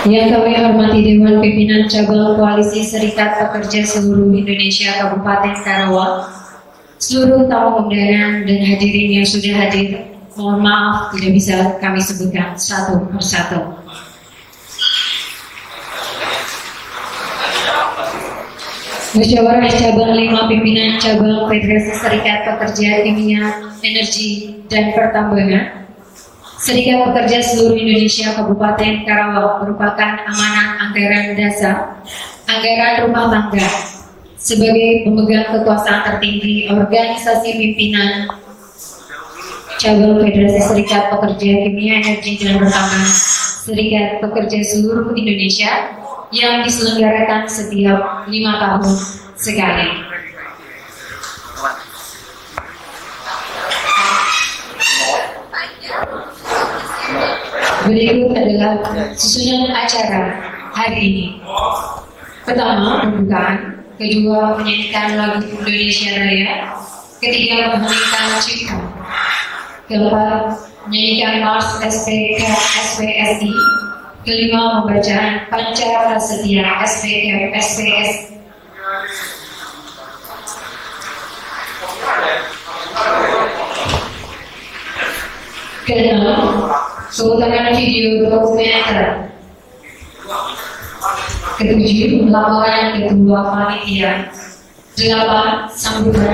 Yang kami hormati Dewan Pimpinan Cabang Koalisi Serikat Pekerja Seluruh Indonesia Kabupaten Karawang, seluruh tamu undangan dan hadirin yang sudah hadir, mohon maaf tidak bisa kami sebutkan satu persatu. Musyawarah Cabang 5 Pimpinan Cabang Federasi Serikat Pekerja Kimia, Energi, dan Pertambangan Serikat Pekerja Seluruh Indonesia Kabupaten Karawang merupakan amanah anggaran dasar, anggaran rumah tangga, sebagai pemegang kekuasaan tertinggi organisasi pimpinan Cabang Federasi Serikat Pekerja Kimia, Energi, dan Pertambangan Serikat Pekerja Seluruh Indonesia yang diselenggarakan setiap 5 tahun sekali. Berikut adalah susunan acara hari ini. Pertama, pembukaan. Kedua, menyanyikan lagu Indonesia Raya. Ketiga, menyanyikan cipta. Keempat, menyanyikan Mars SPSI. Kelima, membacaan Panca Prasetya SPS. Keenam, pemutaran video dokumenter. Ketujuh, laporan ketua panitia. 8, sambutan.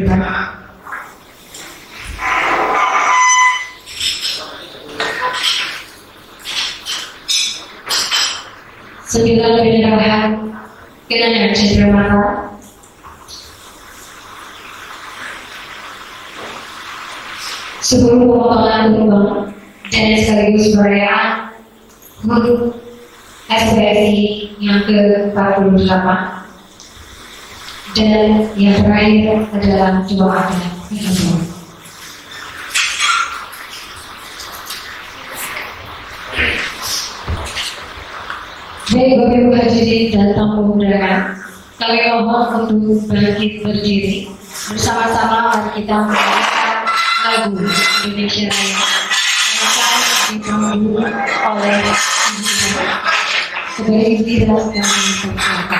9, penyerahan kenangan cenderamata. 10, pemotongan tumbang dan sekaligus perayaan HUT SPSI yang ke-48. Dan yang terakhir adalah doa dan penyembuhan. Baik, Bapak Ibu hadirin dan tamu undangan, kami mohon untuk bangkit berdiri. Bersama-sama mari kita menyanyikan lagu Indonesia Raya yang akan dipandu oleh Ibu sebagai lidah dan masyarakat.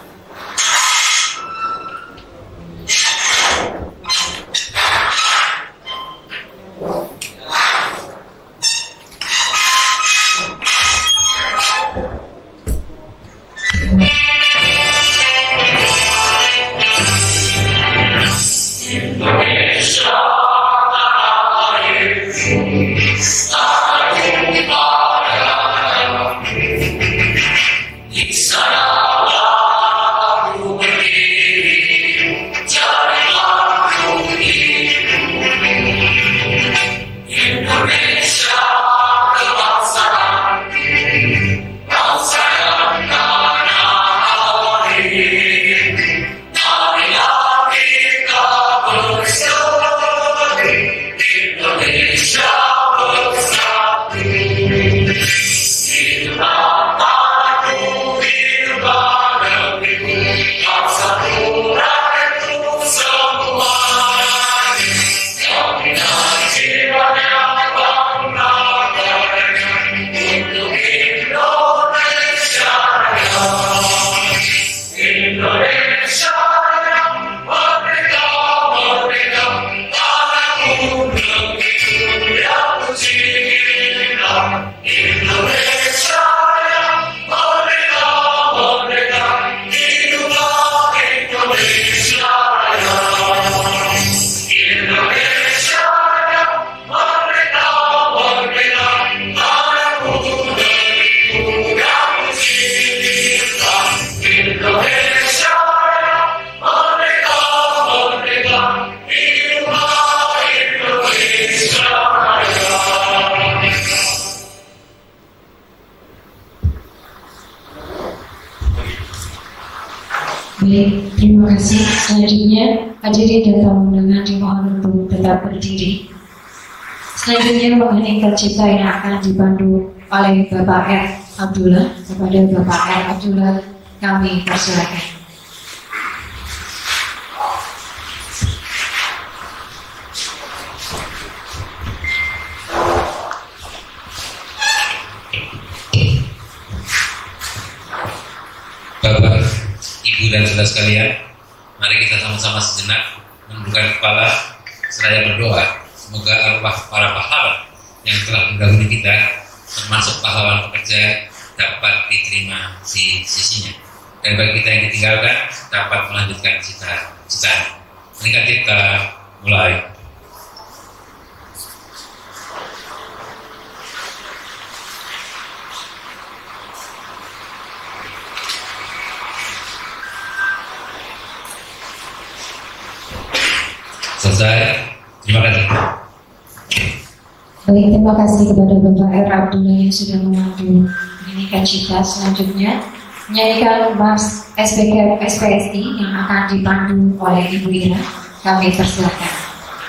Baik, terima kasih. Selanjutnya, hadirin dan tamu undangan dimohon untuk tetap berdiri. Selanjutnya, mengenai cipta yang akan dipandu oleh Bapak R. Abdullah. Kepada Bapak R. Abdullah, kami persilakan. Bapak, Ibu dan saudara sekalian, mari kita sama-sama sejenak menundukkan kepala seraya berdoa. Semoga arwah para pahlawan yang telah mendahului kita, termasuk pahlawan pekerja, dapat diterima di sisinya. Dan bagi kita yang ditinggalkan, dapat melanjutkan cita-cita. Mari kita mulai. Selesai. Terima kasih. Baik, terima kasih kepada Bapak R. Abdullah yang sudah membantu menyanyikan cita. Selanjutnya menyanyikan Mars SPK SPSI yang akan dipandu oleh Ibu Ira. Kami persilakan.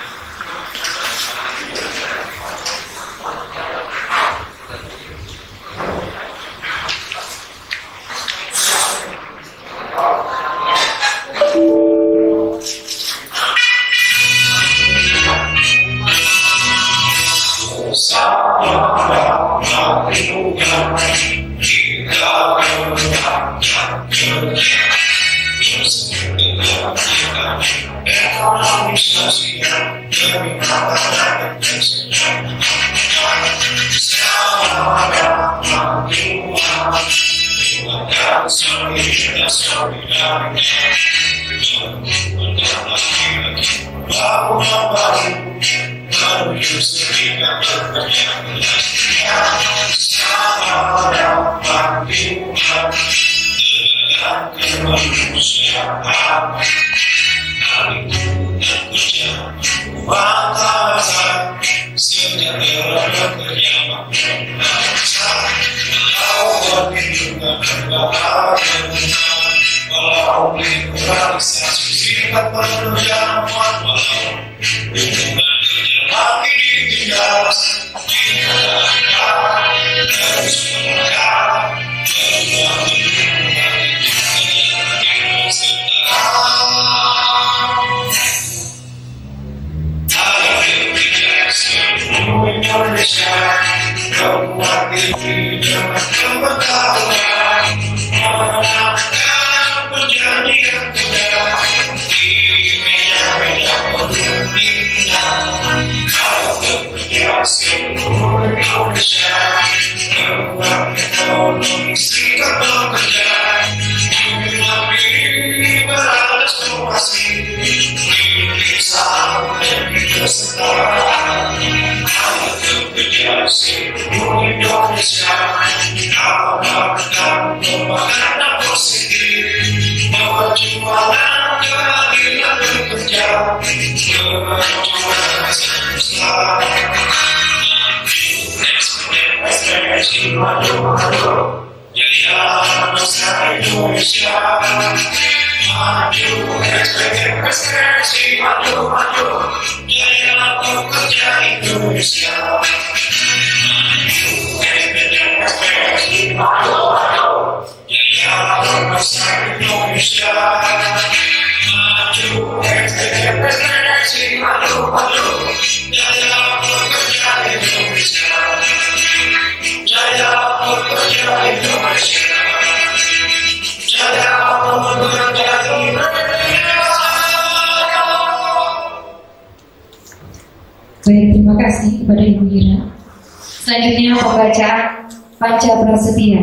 Baik, terima kasih kepada Ibu Ira. Selanjutnya pembacaan Panca Prasetya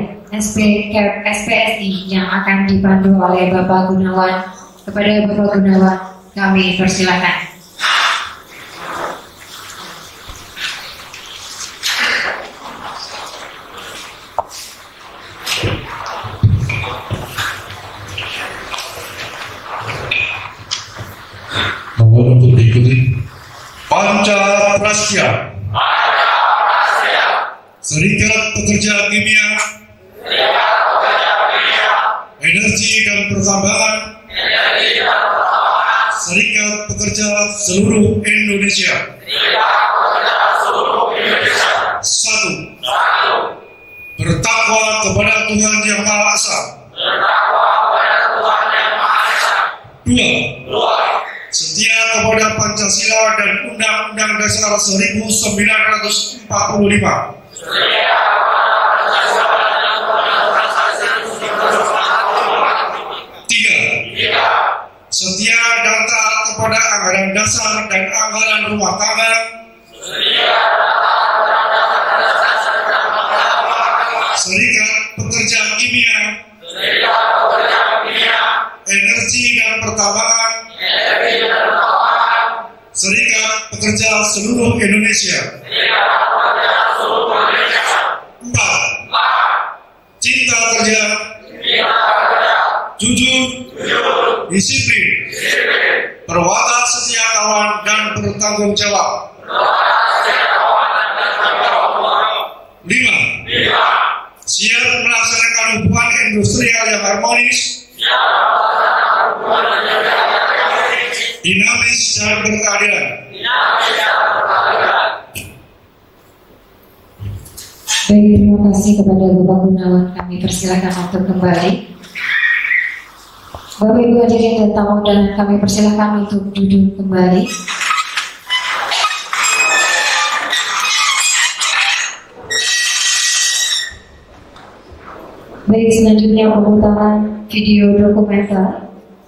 SPSI yang akan dipandu oleh Bapak Gunawan. Kepada Bapak Gunawan, kami persilakan. Mohon untuk diikuti. Panca Prasetya. Serikat Pekerja Kimia, Energi dan Pertambangan, Serikat Pekerja seluruh Indonesia. Satu, bertakwa kepada Tuhan Yang Maha Esa. Dua, setia kepada Pancasila dan Undang-Undang Dasar 1945. rumah tangga, Serikat Pekerja Kimia, Energi dan Pertambangan, Serikat Pekerja Seluruh Indonesia. 4. Cinta kerja, jujur, disiplin, berwatak setia kawan dan bertanggung jawab. 5. Siap melaksanakan hubungan industrial yang harmonis, dinamis dan berkeadilan. Baik, terima kasih kepada Bapak Gunawan. Kami persilakan untuk kembali. Bapak Ibu hadirin dan tamu undangan, kami persilakan untuk duduk kembali. Baik, selanjutnya pemutaran video dokumenter.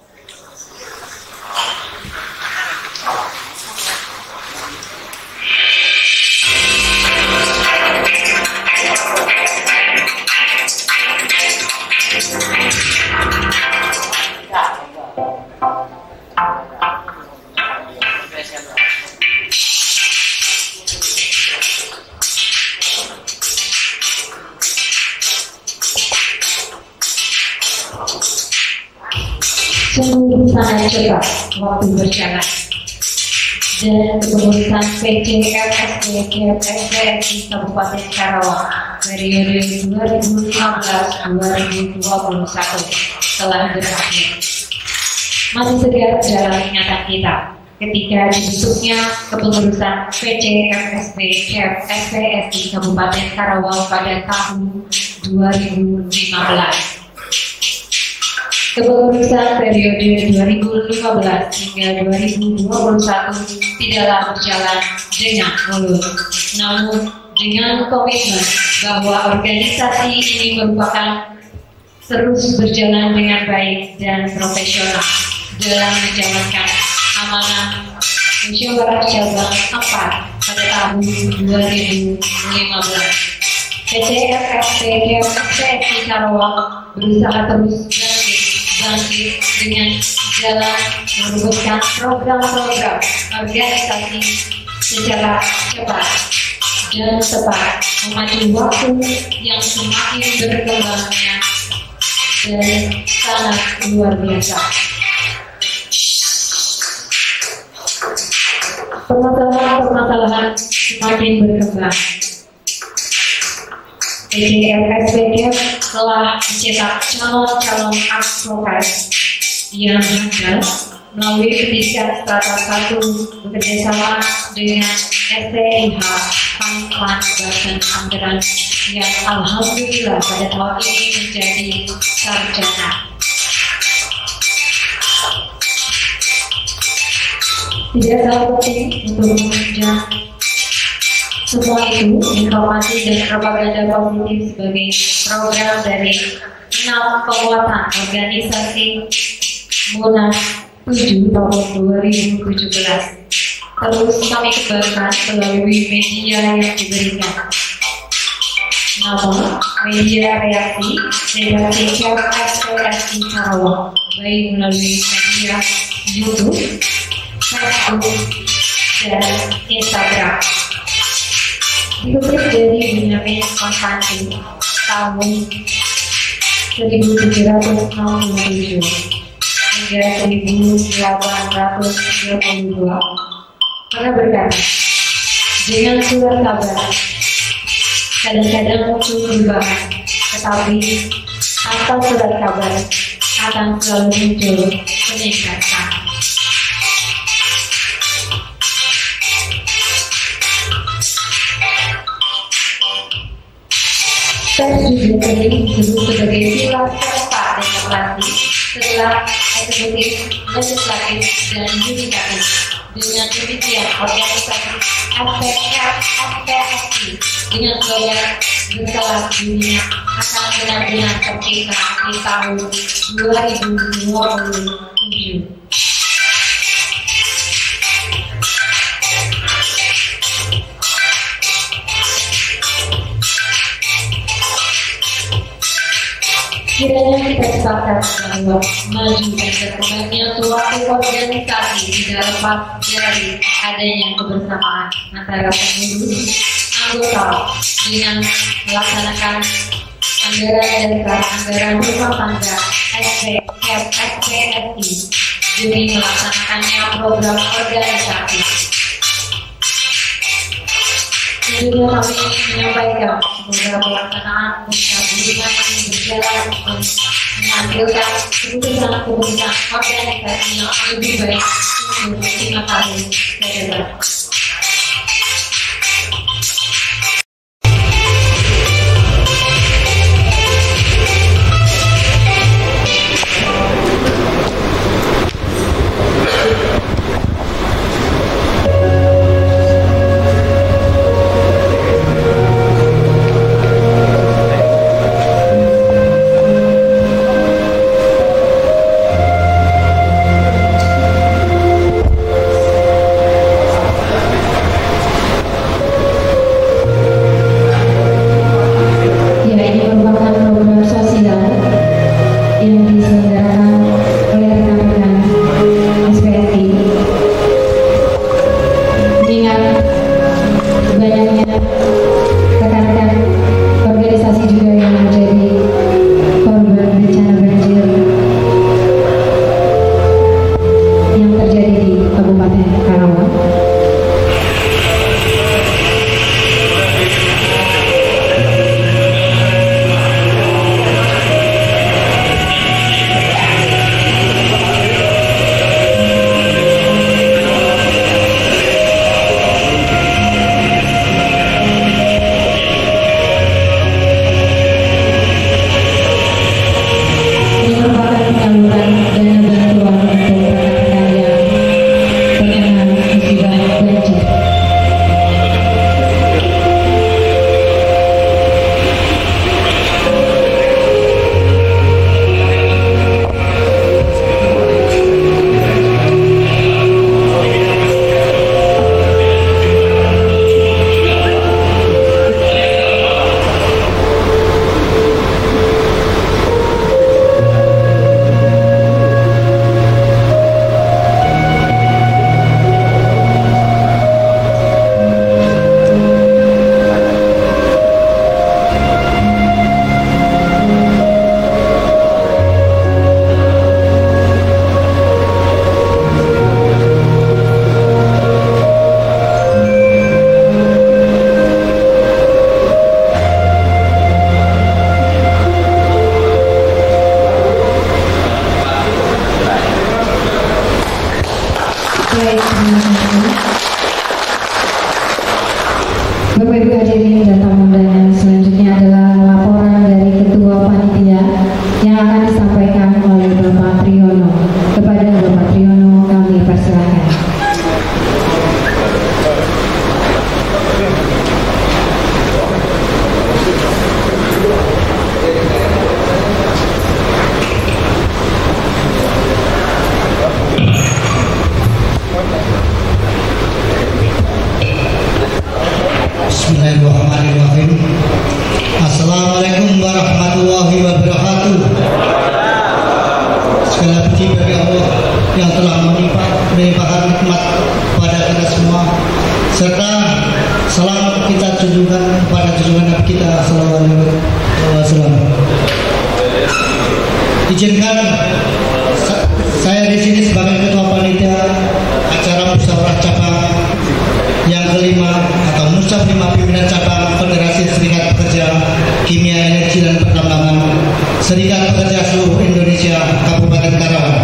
Sungguh sangat cepat waktu berjalan, dan kepengurusan PT FSD di Kabupaten Karawang periode 2015-2021 telah berakhir. Masih segar dalam ingatan kita ketika dibentuknya kepengurusan PT FPS di Kabupaten Karawang pada tahun 2015. Kepengurusan periode 2015 hingga 2021 tidaklah berjalan dengan mulus, namun dengan komitmen bahwa organisasi ini merupakan terus berjalan dengan baik dan profesional dalam menjalankan amanah musyawarah cabang 4 pada tahun 2015. PT FSD Karawang berusaha terus bangkit dengan jalan merumuskan program-program organisasi secara cepat dan tepat, memacu waktu yang semakin berkembangnya dan sangat luar biasa. Permasalahan semakin berkembang. PT FSD telah mencetak calon-calon advokat yang handal melalui pendidikan strata 1 bekerjasama dengan STIH Pangklan Banten Anggeran yang alhamdulillah pada tahun ini menjadi sarjana. Tidak terlalu penting untuk menunjang semua itu, informasi dan propaganda positif sebagai program dari 6 penguatan organisasi Munas 7 tahun 2017 terus kami kembangkan melalui media yang diberikan. Namun, media reaksi redaksi FSD Karawang baik melalui media YouTube, Facebook, dan Instagram. Dikutip dari Benyamin Konstantin tahun 1767 hingga 1832 pernah berkata, dengan surat kabar kadang-kadang muncul perubahan, tetapi atas surat kabar akan selalu muncul peningkatan. Pers juga sering disebut sebagai pilar keempat demokrasi setelah eksekutif, legislatif, dan yudikatif. Dengan demikian, organisasi FPSI dengan slogan berkelas dunia akan benar-benar tercipta di tahun 2027. Kiranya kita sepakat bahwa maju dan berkembangnya suatu organisasi tidak lepas dari adanya kebersamaan antara pengurus anggota dengan melaksanakan anggaran dasar anggaran rumah tangga SPSI demi melaksanakannya program organisasi. Juga kami ingin menyampaikan semoga pelaksanaan musyawarah ini berjalan menghasilkan keputusan-keputusan organisasi yang lebih baik untuk 5 tahun ke depan. Bapak Ibu hadirin dan tamu undangan, selanjutnya adalah laporan dari Ketua Panitia yang akan disampaikan oleh Bapak Triyono. Kepada Bapak Triyono kami persilakan. Bismillahirrahmanirrahim. Assalamualaikum warahmatullahi wabarakatuh. Segala puji bagi Allah yang telah melimpahkan nikmat pada kita semua, serta salam kita tunjukkan kepada junjungan Nabi kita sallallahu alaihi wasallam. Izinkan saya di sini sebagai Ketua Panitia acara musyawarah cabang yang kelima atau Musyawarah 5 Pimpinan Cabang Federasi Serikat Pekerja Kimia Energi dan Pertambangan Serikat Pekerja Seluruh Indonesia Kabupaten Karawang,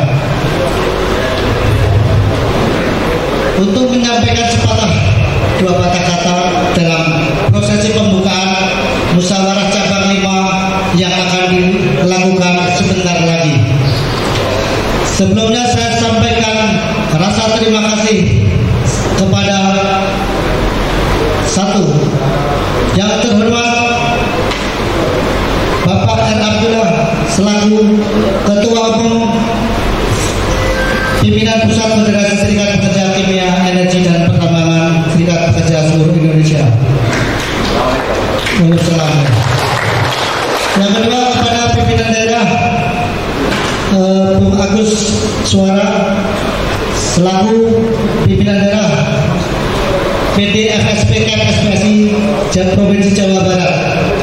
untuk menyampaikan dua patah kata dalam prosesi pembukaan musyawarah cabang 5 yang akan dilakukan sebentar lagi. Sebelumnya saya sampaikan rasa terima kasih kepada satu yang terhormat Bapak R. Abdullah selaku Ketua Umum Pimpinan Pusat Federasi Serikat Pekerja Kimia Energi dan Pertambangan Serikat Pekerja Seluruh Indonesia. Waalaikumsalam. Yang kedua kepada pimpinan daerah Agus Suara selaku pimpinan daerah PT FSP KSPSI Provinsi Jawa Barat.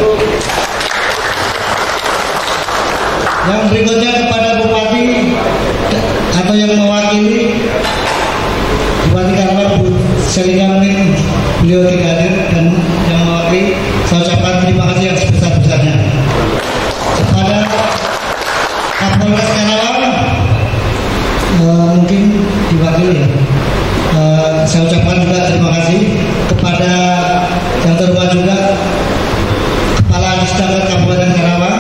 Yang berikutnya kepada Bupati atau yang mewakili Bupati Karawang, Bu Selina Menit, beliau tidak hadir, dan yang mewakili saya ucapkan terima kasih yang sebesar-besarnya. Kepada Kapolres Karawang, mungkin diwakili, saya ucapkan juga terima kasih. Kepada yang terhormat juga Kepala Disdamkar Kabupaten Karawang,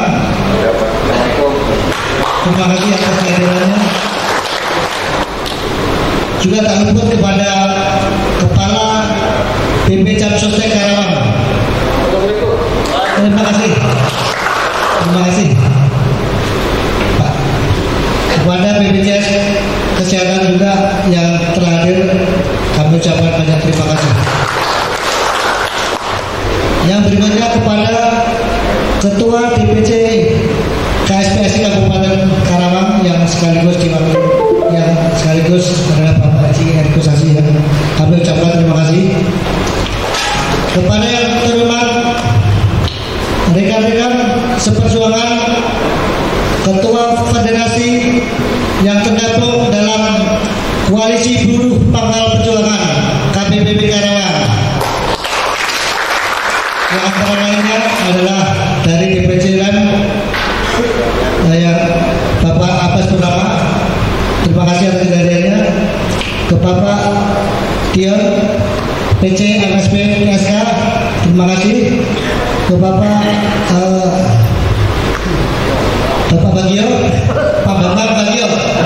terima kasih atas kehadirannya. Juga tak luput kepada Kepala BP Jamsostek Karawang. Terima kasih. Terima kasih. Pak. Kepada BPJS Kesehatan juga yang telah hadir, kami ucapkan banyak terima kasih. Yang berikutnya kepada Ketua DPC KSPSI Kabupaten Karawang yang sekaligus diwakili, yang sekaligus adalah Bapak Haji Eriko Sasi, yang kami ucapkan terima kasih. Kepada yang terhormat rekan-rekan seperjuangan, Ketua Federasi yang tergabung dalam Koalisi Buruh Pangkal Perjuangan KPPB Karawang, yang antara lainnya adalah dari DPC LEM yang Bapak Abbas Purnama, terima kasih atas kehadirannya. Ke Bapak Dion PC MSP PSK, terima kasih. Ke Bapak Bagio, Pak Bambang Bagio,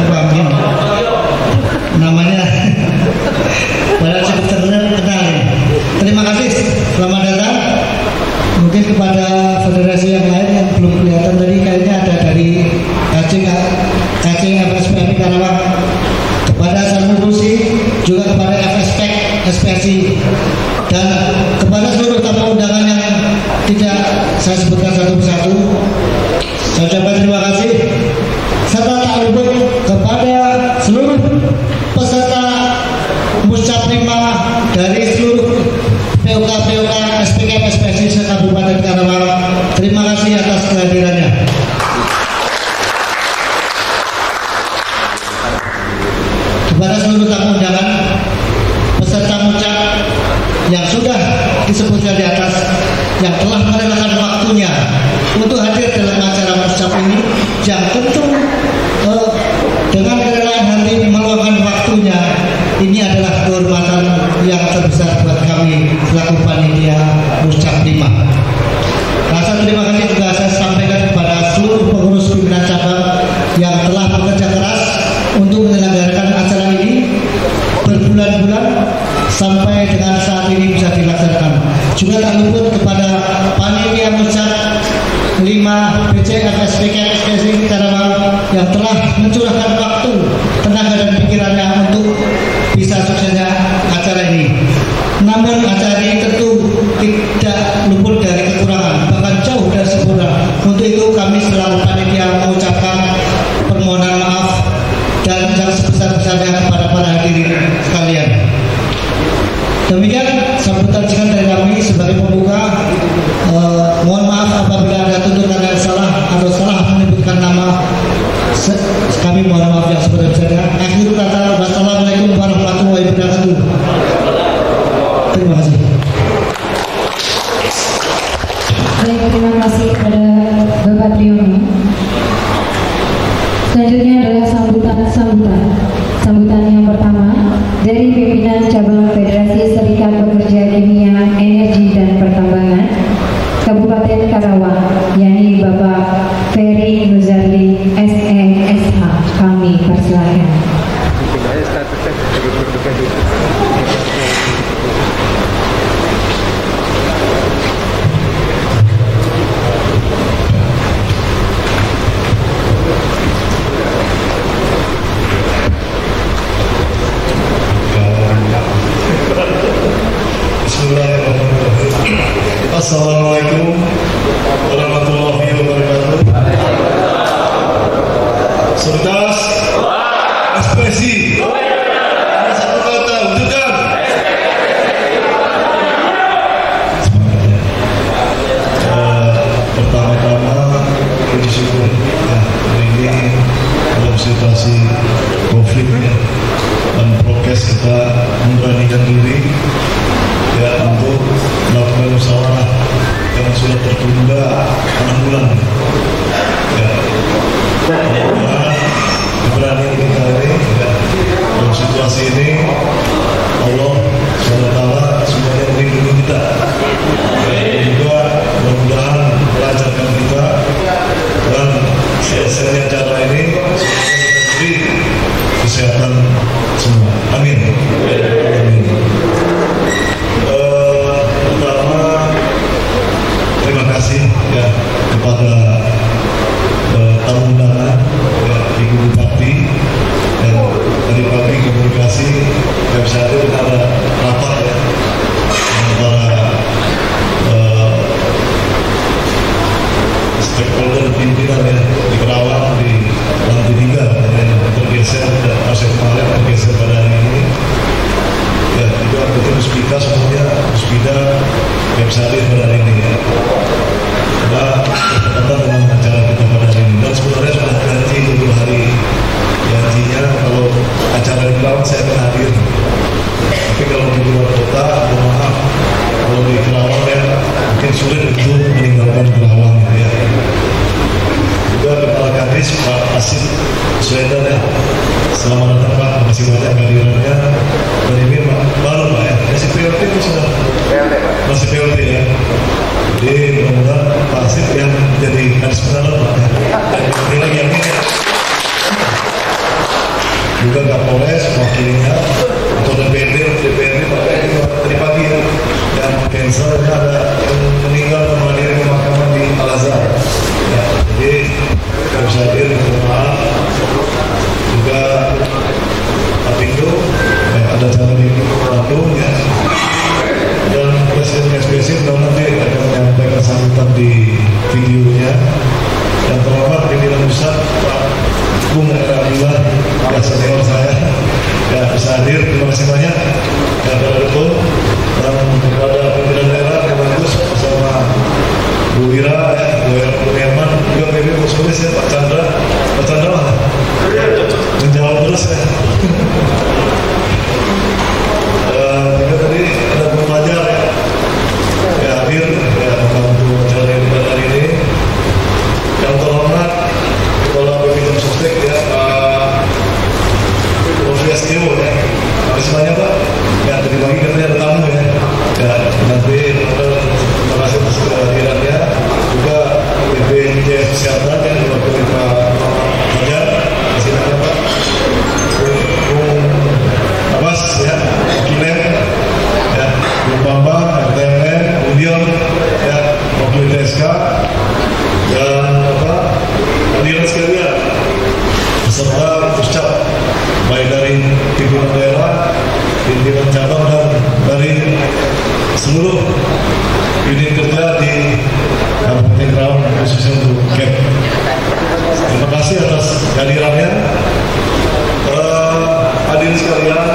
namanya pada sebetulnya kenal. Terima kasih, selamat datang. Mungkin kepada federasi yang lain yang belum kelihatan tadi, kayaknya ada dari KC FSPMI Karawang, kepada Sarmubusi, juga kepada FSP SPSI, dan kepada seluruh tamu undangan yang tidak saya sebutkan satu persatu, saya ucapkan terima kasih. Serta tak luput kepada seluruh peserta Musyaprima dari seluruh POK SPK SPSI Kabupaten Karawang, terima kasih atas kehadirannya. Kepada seluruh tamu undangan, peserta mucak yang sudah disebutkan di atas, yang telah merelakan waktunya untuk hadir dalam acara muscap ini, yang tentu dengan kerelaan hati meluangkan waktunya, ini adalah kehormatan yang terbesar buat kami selaku panitia muscap 5. Rasa terima kasih juga saya sampaikan kepada seluruh pengurus pimpinan cabang yang telah bekerja keras untuk menyelenggarakan acara ini berbulan-bulan sampai dengan saat ini bisa dilaksanakan. Juga tak luput kepada panitia muscap 5 BC FSPK SPSI Karawang yang telah mencurahkan waktu, tenaga dan pikirannya untuk bisa suksesnya acara ini. Namun acara ini tentu tidak luput dari kekurangan, bahkan jauh dari sempurna. Untuk itu kami selaku panitia mengucapkan permohonan maaf dan yang sebesar-besarnya kepada para hadirin sekalian. Demikian sambutan singkat dari kami sebagai pembuka. Mohon maaf apabila ada tuntutan yang salah atau salah menyebutkan nama, kami mohon maaf yang sebesar-besarnya. Akhirul kata, wassalamualaikum warahmatullahi wabarakatuh. Terima kasih. Baik, terima kasih kepada Bapak Triyono. Selanjutnya adalah sambutan yang pertama dari pimpinan cabang Federasi Serikat Pekerja Kimia, Energi dan Pertambangan Kabupaten Karawang, yakni Bapak Ferry Nuzarli SESH. Kami persilakan. Assalamualaikum warahmatullahi wabarakatuh. situasi COVID ya, dan prokes kita memberanikan diri ya untuk melakukan musyawarah yang sudah tertunda 6 bulan ya. Keberanian kita ini ya, dalam situasi ini Allah SWT semuanya melindungi kita dan juga mudah-mudahan melancarkan kita dan selesainya acara ini diberi kesehatan semua. Amin. Amin. Pertama, terima kasih ya kepada tamu undangan ya, Ibu Bupati dan tadi pagi komunikasi yang bisa ada rapat ya antara stakeholder pimpinan ya di Kerawang di lantai 3 yang tergeser dan masa kemarin tergeser pada hari ini ya, juga betul Puspida semuanya Puspida yang bisa hadir pada hari ini ya. Kita berkaitan dengan acara kita pada hari ini dan sebenarnya sudah janji untuk hari janjinya kalau acara di Kerawang saya akan hadir, tapi kalau di luar kota mohon maaf kalau di Kerawang ya mungkin sulit untuk meninggalkan Kerawang ya. Juga Kepala Kadis Pak Asif Suedan ya, selamat datang Pak, masih banyak kehadirannya dan ini baru Pak ya, masih PLT itu sudah masih PLT ya. Jadi mudah-mudahan Pak Asif yang jadi Kadis Penanganan Pak ya. Ini lagi yang ini ya. Juga Kapolres wakilnya atau DPRD Pak tadi pagi ya, yang cancel ada yang meninggal menghadiri pemakaman di Al-Azhar ya, jadi kita bisa hadir maaf. Juga Apindo ya, ada cara di Bandung ya, dan Presiden SPC nanti akan menyampaikan sambutan di videonya. Yang terhormat pimpinan pusat Pak Bung Alhamdulillah ya, senior saya ya bisa hadir, terima kasih banyak ya kepada Ketum dan kepada pimpinan daerah yang bagus bersama Bu Ira ya, Bu Herman, juga PB Puskes ya, Pak Chandra mana? Menjawab terus ya. Juga tadi ada Bu Fajar ya hadir ya membantu acara hari ini. Yang terhormat Kepala Bpjs Sostek ya Pak Profesio ya, terima banyak Pak ya, tadi pagi katanya ada tamu ya nanti terima kasih atas kehadirannya. Juga BPJS Kesehatan yang diwakili Pak Fajar, terima kasih banyak Pak. Bung Abbas ya, wakilnya ya, Bung Bambang, RTMN, Bung Dion ya, wakil DSK dan hadirin sekalian beserta Puscat baik dari pimpinan daerah, pimpinan cabang dan dari seluruh unit kerja di Kabupaten Kerawang khususnya untuk KEP. Terima kasih atas kehadirannya. Hadirin sekalian,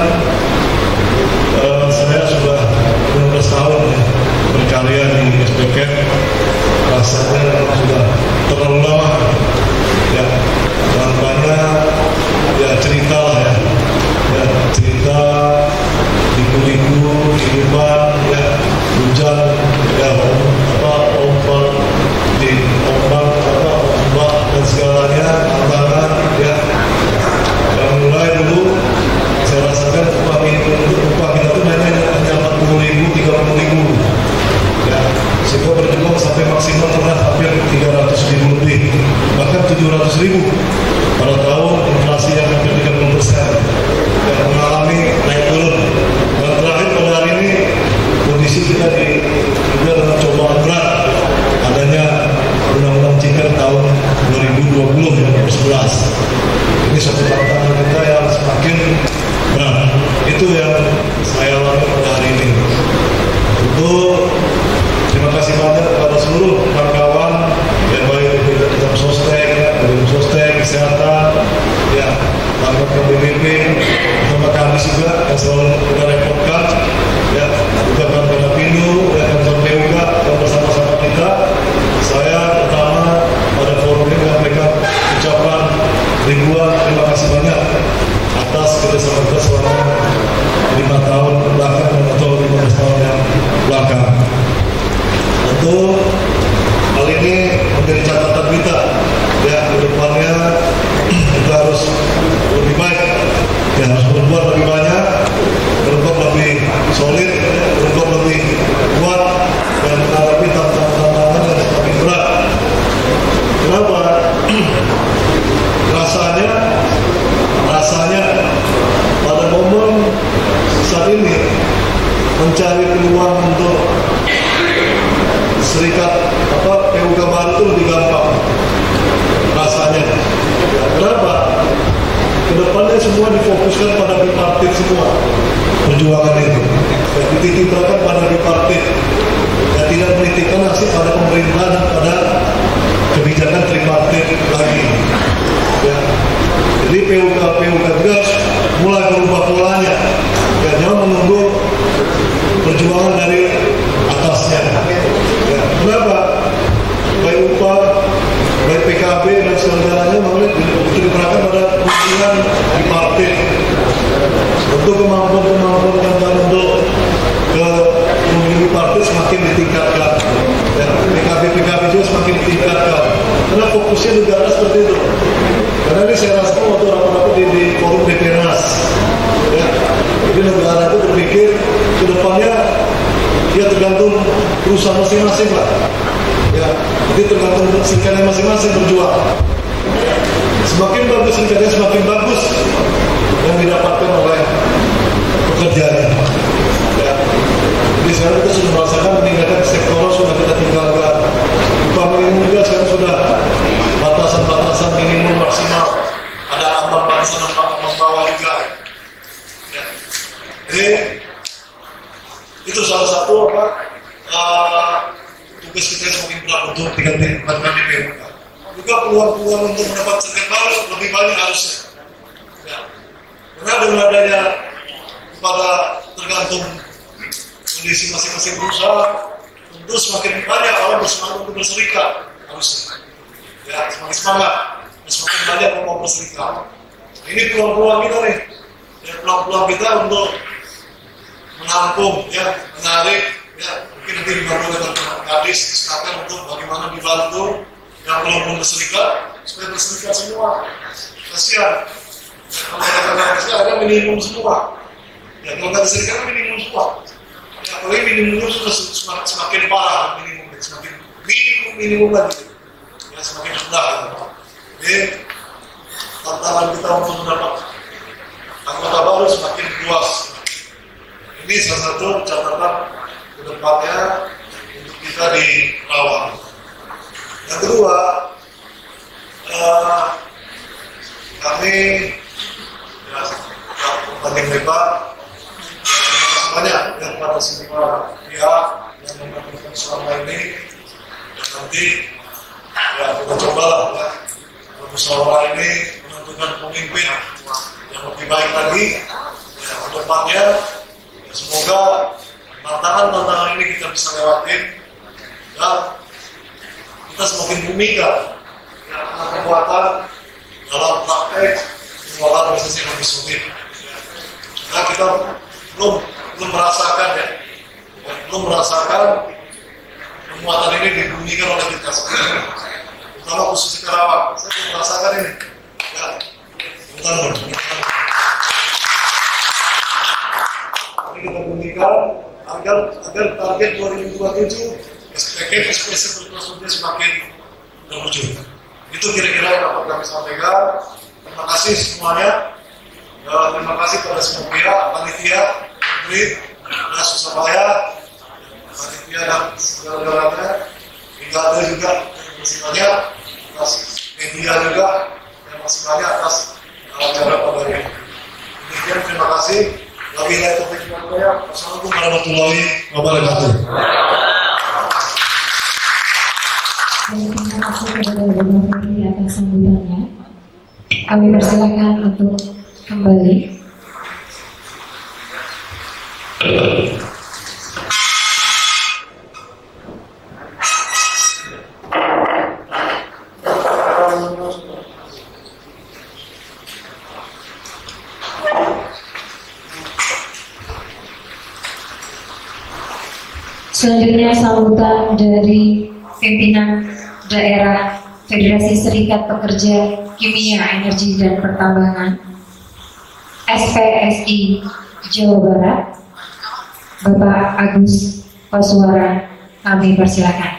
saya sudah 15 tahun ya, berkarya di SPKEP. Rasanya sudah terlalu lama ya, dan banyak ya cerita lah ya cerita liku-liku kehidupan ya, hujan ya, ombak di ombak dan segalanya, tantangan ya, yang mulai dulu saya rasakan upah kita tuh hanya 40.000, 30.000 ya, sehingga berjuang sampai maksimal pernah hampir 300.000 lebih, bahkan 700.000 pada tahun inflasi yang hampir 30% yang mengalami naik turun. Dan terakhir pada hari ini kondisi kita juga dengan cobaan berat adanya Undang-Undang Cipta tahun 2020 yang ke-11. Ini suatu tantangan kita yang semakin berat. Itu yang saya alami pada hari ini. Untuk terima kasih banyak kepada seluruh kawan-kawan yang baik di dalam Sostek, kesehatan, ya, anggota BPP, sama kami juga yang selalu kita repotkan, ya, juga kawan-kawan Apindo, ya, kantor PUK yang bersama-sama kita. Saya pertama pada forum ini memberikan ucapan ribuan terima kasih banyak atas kerjasama kita selama 5 tahun belakang atau 15 tahun yang belakang. Tentu hal ini menjadi catatan kita ya, ke depannya kita harus lebih baik ya, harus berbuat lebih banyak, berbuat lebih solid, berbuat lebih kuat dan menghadapi tantangan-tantangan yang semakin berat. Kenapa? Rasanya pada momen saat ini mencari peluang untuk serikat PUK baru itu lebih gampang rasanya. Ya, kenapa? Kedepannya semua difokuskan pada bipartit semua perjuangan itu. Ya, dititipkan pada bipartit. Ya, tidak menitikkan hasil pada pemerintah dan pada kebijakan tripartit lagi. Ya. Jadi PUK juga mulai berubah polanya. Ya, jangan menunggu perjuangan dari atasnya. Ya, kenapa? Baik UPA, baik PKB dan saudaranya diberikan pada dukungan di partai untuk kemampuan dan untuk ke memiliki partai semakin ditingkatkan. Ya, PKB juga semakin ditingkatkan. Karena fokusnya negara seperti itu. Karena ini saya rasa waktu rapat-rapat di forum DPRNAS. Ya, jadi negara itu berpikir ke depannya dia tergantung perusahaan masing-masing lah. Ya, jadi tergantung serikatnya masing-masing berjuang. Ya, semakin bagus serikatnya semakin bagus yang didapatkan oleh pekerjaannya. Ya, jadi sekarang kita sudah merasakan meningkatkan sektor sudah kita tinggalkan. Upah minimum juga sekarang sudah batasan-batasan minimum maksimal. Ada ambang batasan ambang bawah juga. Ya. Jadi itu salah satu tugas kita semakin berat untuk digantikan di PUK. Juga peluang-peluang untuk mendapat sertifikat baru lebih banyak harusnya. Ya. Karena dengan adanya kepada tergantung kondisi masing-masing perusahaan, tentu semakin banyak orang bersemangat untuk berserikat harusnya. Ya, semakin semangat, semakin banyak yang mau berserikat. Ini peluang-peluang kita nih, ya, peluang-peluang kita untuk menampung, ya, menarik, ya, mungkin nanti dibantu oleh teman-teman kadis, disetakan untuk bagaimana dibantu yang belum berserikat supaya berserikat semua. Kasihan, kalau kata-kata ada minimum semua. Ya, kalau kata serikat minimum semua. Ya, apalagi minimumnya sudah semakin parah, semakin minimum lagi. Ya, semakin rendah. Jadi tantangan kita untuk mendapat anggota baru semakin luas. Ini salah satu catatan ke depannya untuk kita di Rawang. Yang kedua, kami ya, paling hebat banyak yang pada semua pihak yang melakukan selama ini, dan nanti ya kita cobalah ya, musyawarah ini menentukan pemimpin yang lebih baik lagi ya, ke depannya. Ya, semoga tantangan-tantangan ini kita bisa lewatin dan kita semakin bumika ya, kekuatan dalam praktek pengelolaan organisasi yang lebih solid. Nah, kita belum merasakan ya, belum merasakan penguatan ini dibumikan oleh kita sendiri, terutama khusus di Karawang. Saya belum merasakan ini. Ya, ini kita bumikan agar target 2027 SPS berkelanjutan semakin terwujud. Itu kira-kira yang dapat kami sampaikan. Terima kasih semuanya. Terima kasih pada semua pihak, panitia, menteri, dan Surabaya, panitia dan segala-galanya, hingga ada juga yang masih banyak, atas media juga yang masih banyak atas acara pada hari ini. Demikian, terima kasih. Wabillahi taufiq wal hidayah. Wassalamualaikum warahmatullahi wabarakatuh. Terima kasih kepada Bapak Ferry atas sambutannya. Kami persilakan untuk kembali. Selanjutnya sambutan dari pimpinan daerah Federasi Serikat Pekerja Kimia, Energi dan Pertambangan SPSI Jawa Barat, Bapak Agus Koswara, kami persilakan.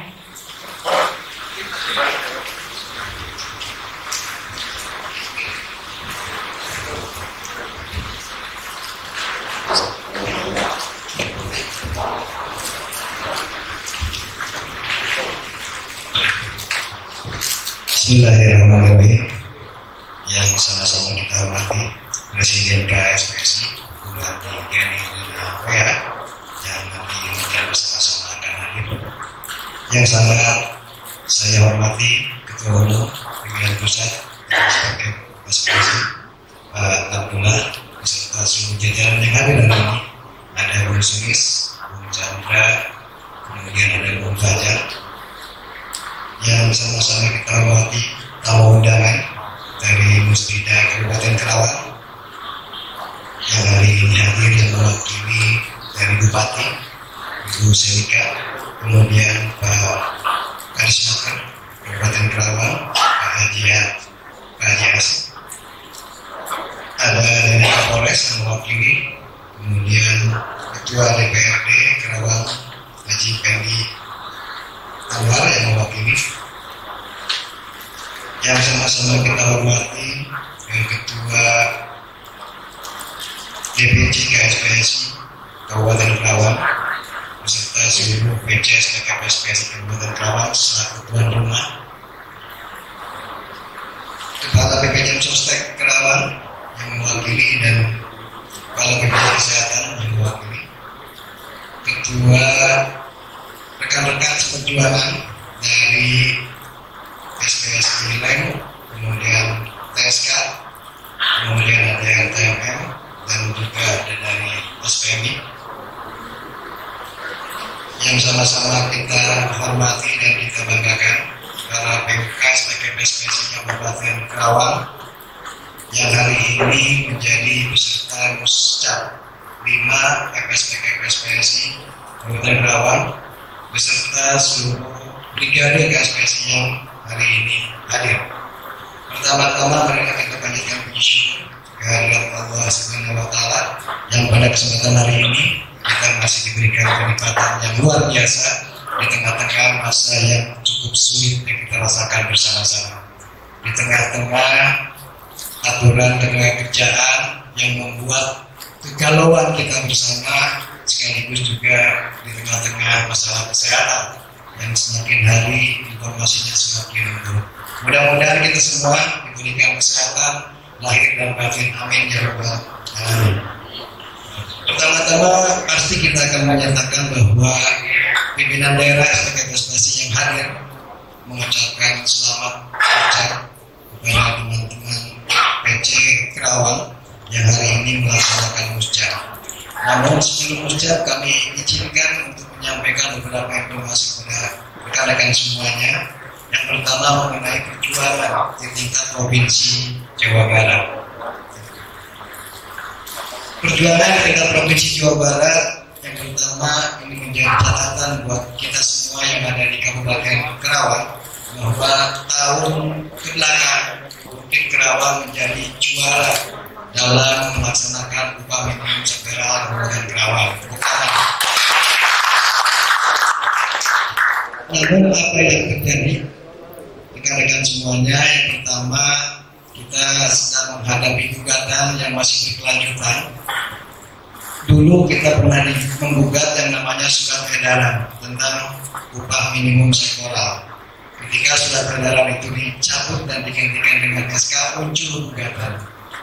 Bismillahirrahmanirrahim. Yang sama-sama kita hormati Presiden KSPSI Bupati Gani Lunaria yang nanti kita bersama-sama akan hadir. Yang sangat saya hormati Ketua Umum Pimpinan Pusat sebagai KSPSI Pak Abdullah beserta seluruh jajaran yang hadir hari ini. Ada Bung Sumis, Bung Chandra, kemudian ada Bung Fajar. Yang sama-sama kita hormati tamu undangan dari Musbida Kabupaten Kerawang yang hari ini hadir yang mewakili dari Bupati Ibu Selika, kemudian Pak Karismaker Kabupaten Kerawang, Pak Haji Asif, ada dari Kapolres yang mewakili, kemudian Ketua DPRD Kerawang Haji Pendi Anwar yang mewakili, yang sama-sama kita hormati Ketua DPC KSPSI Kabupaten Kerawang beserta seluruh PCS KSPSI Kabupaten Kerawang selaku tuan rumah, Kepala BPJS Sostek Kerawang yang mewakili dan Kepala BPJS Kesehatan yang mewakili, Ketua rekan-rekan seperjuangan dari SPSI Leng, kemudian TSK, kemudian ada yang TMM, dan juga ada dari SPMI yang sama-sama kita hormati dan kita banggakan karena PMK sebagai SPSI Kabupaten Kerawang yang hari ini menjadi peserta Muscap 5 FSPSI Kabupaten Kerawang beserta seluruh brigade KSPSI yang hari ini hadir. Pertama-tama mereka kita panjatkan puji syukur kehadirat Allah Subhanahu wa Ta'ala yang pada kesempatan hari ini kita masih diberikan kenikmatan yang luar biasa di tengah-tengah masa yang cukup sulit yang kita rasakan bersama-sama. Di tengah-tengah aturan tenaga kerjaan yang membuat kegalauan kita bersama, sekaligus juga di tengah-tengah masalah kesehatan yang semakin hari informasinya semakin buruk. Mudah-mudahan kita semua diberikan kesehatan lahir dan batin, amin ya rabbal alamin. Pertama-tama pasti kita akan menyatakan bahwa pimpinan daerah sebagai prestasi yang hadir mengucapkan selamat ucap kepada teman-teman PC Kerawang yang hari ini melaksanakan muscap. Namun sebelum muscap kami izinkan untuk menyampaikan beberapa informasi kepada rekan-rekan semuanya. Yang pertama mengenai perjuangan di tingkat Provinsi Jawa Barat. Perjuangan di tingkat Provinsi Jawa Barat yang pertama ini menjadi catatan buat kita semua yang ada di Kabupaten Kerawang bahwa tahun kebelakang Provinsi Kerawang menjadi juara dalam melaksanakan upah minimum sektoral Kabupaten Kerawang. Namun apa yang terjadi rekan-rekan semuanya? Yang pertama, kita sedang menghadapi gugatan yang masih berkelanjutan. Dulu kita pernah menggugat yang namanya surat edaran tentang upah minimum sektoral. Ketika surat edaran itu dicabut dan digantikan dengan SK, muncul gugatan.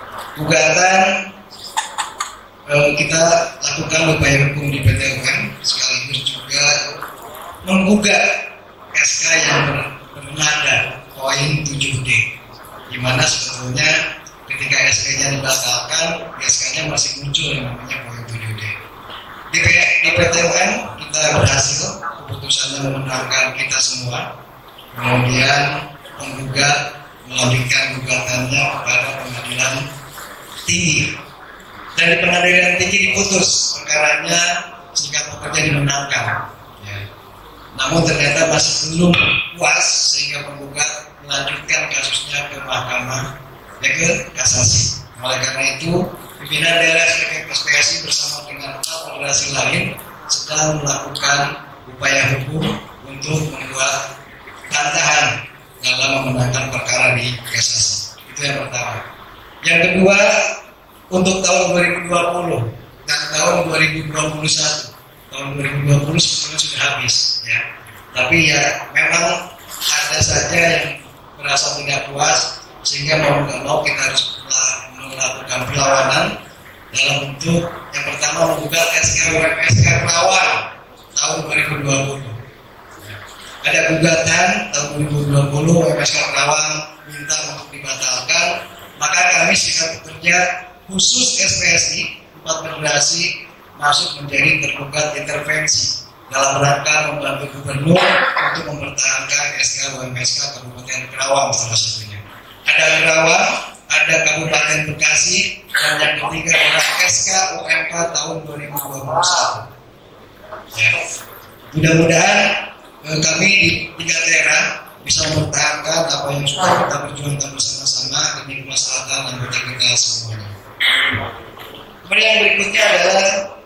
Kita lakukan upaya hukum di PT UN, sekaligus juga menggugat SK yang bernada poin 7D, di mana sebetulnya ketika SK-nya dibatalkan, SK-nya masih muncul yang namanya poin 7D. Di PT UN kita berhasil, keputusannya memenangkan kita semua. Kemudian menggugat, melanjutkan gugatannya kepada pengadilan tinggi, dan di pengadilan tinggi diputus perkaranya serikat pekerja dimenangkan. Ya, namun ternyata masih belum puas sehingga penggugat melanjutkan kasusnya ke mahkamah ke kasasi. Oleh karena itu, pimpinan daerah SPKP bersama dengan federasi lain sedang melakukan upaya hukum untuk membuat bantahan dalam memenangkan perkara di kasasi. Itu yang pertama. Yang kedua, untuk tahun 2020 dan tahun 2021. Tahun 2020 sebetulnya sudah habis, ya. Tapi ya memang ada saja yang merasa tidak puas sehingga mau nggak mau kita harus melakukan perlawanan dalam bentuk yang pertama membuka SK Kerawang tahun 2020. Ada gugatan tahun 2020 MSK Kerawang minta untuk dibatalkan, maka kami Serikat Pekerja khusus SPSI 4 federasi masuk menjadi tergugat intervensi dalam rangka membantu gubernur untuk mempertahankan SK UMSK Kabupaten Kerawang salah satunya. Ada Kerawang, ada Kabupaten Bekasi, dan yang ketiga adalah SK UMK tahun 2021. Ya. Mudah-mudahan kami di 3 daerah bisa mempertahankan apa yang sudah kita perjuangkan bersama-sama demi kemaslahatan anggota kita semuanya. Kemudian yang berikutnya adalah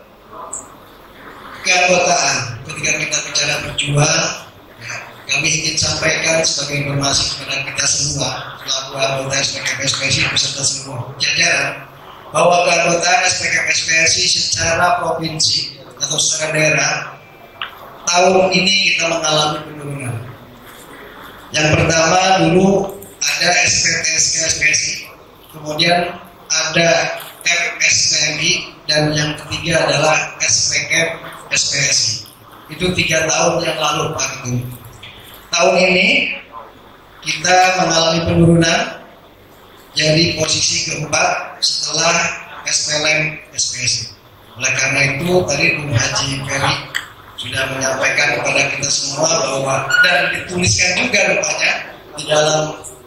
keanggotaan. Ketika kita bicara berjuang, ya, kami ingin sampaikan sebagai informasi kepada kita semua selaku anggota SPKP beserta semua jajaran bahwa keanggotaan SPKP secara provinsi atau secara daerah tahun ini kita mengalami penurunan. Yang pertama dulu ada SPSI, kemudian ada FSPMI, dan yang ketiga adalah SPSI. Itu 3 tahun yang lalu Pak Ketum. Tahun ini kita mengalami penurunan jadi posisi keempat setelah SPLM SPSI. Oleh karena itu tadi Bung Haji Ferry sudah menyampaikan kepada kita semua bahwa, dan dituliskan juga rupanya di dalam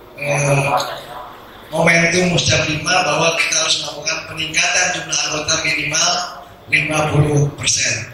momentum Musjab 5 bahwa kita harus melakukan peningkatan jumlah anggota minimal 50%.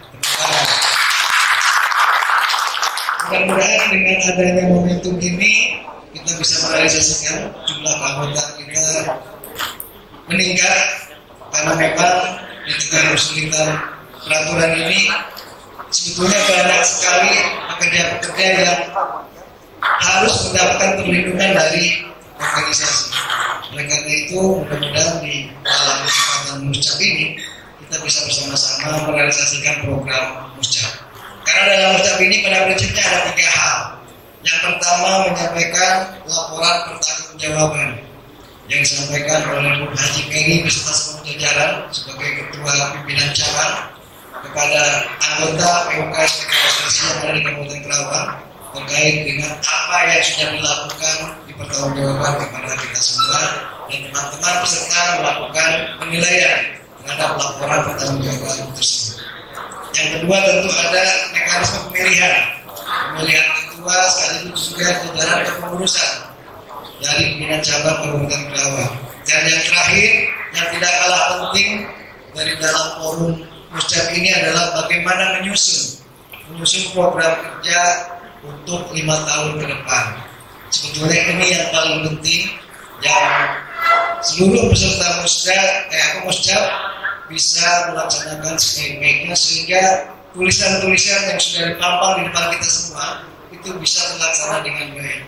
Mudah-mudahan dengan adanya momentum ini kita bisa merealisasikan jumlah anggota kita meningkat, karena memang di tengah kesulitan peraturan ini sebetulnya banyak sekali pekerja-pekerja yang harus mendapatkan perlindungan dari organisasi. Oleh karena itu, mudah-mudahan di dalam kesempatan Musjab ini kita bisa bersama-sama merealisasikan program Musjab. Karena dalam Musjab ini pada prinsipnya ada 3 hal. Yang pertama menyampaikan laporan pertanggungjawaban yang disampaikan oleh Bung Haji Ferry beserta semua jajaran sebagai Ketua Pimpinan Cabang kepada anggota PUK SPKP yang ada di Kabupaten Kerawang terkait dengan apa yang sudah dilakukan di pertanggungjawaban kepada kita semua, dan teman-teman peserta melakukan penilaian terhadap laporan pertanggungjawaban tersebut. Yang kedua tentu ada mekanisme pemilihan ketua sekaligus juga jajaran kepengurusan dari pimpinan cabang Kabupaten Kerawang. Dan yang terakhir yang tidak kalah penting dari dalam forum Musjab ini adalah bagaimana menyusun program kerja untuk 5 tahun ke depan. Sebetulnya ini yang paling penting, yang seluruh peserta Musjab bisa melaksanakan sebaik-baiknya sehingga tulisan-tulisan yang sudah dipampang di depan kita semua itu bisa terlaksana dengan baik.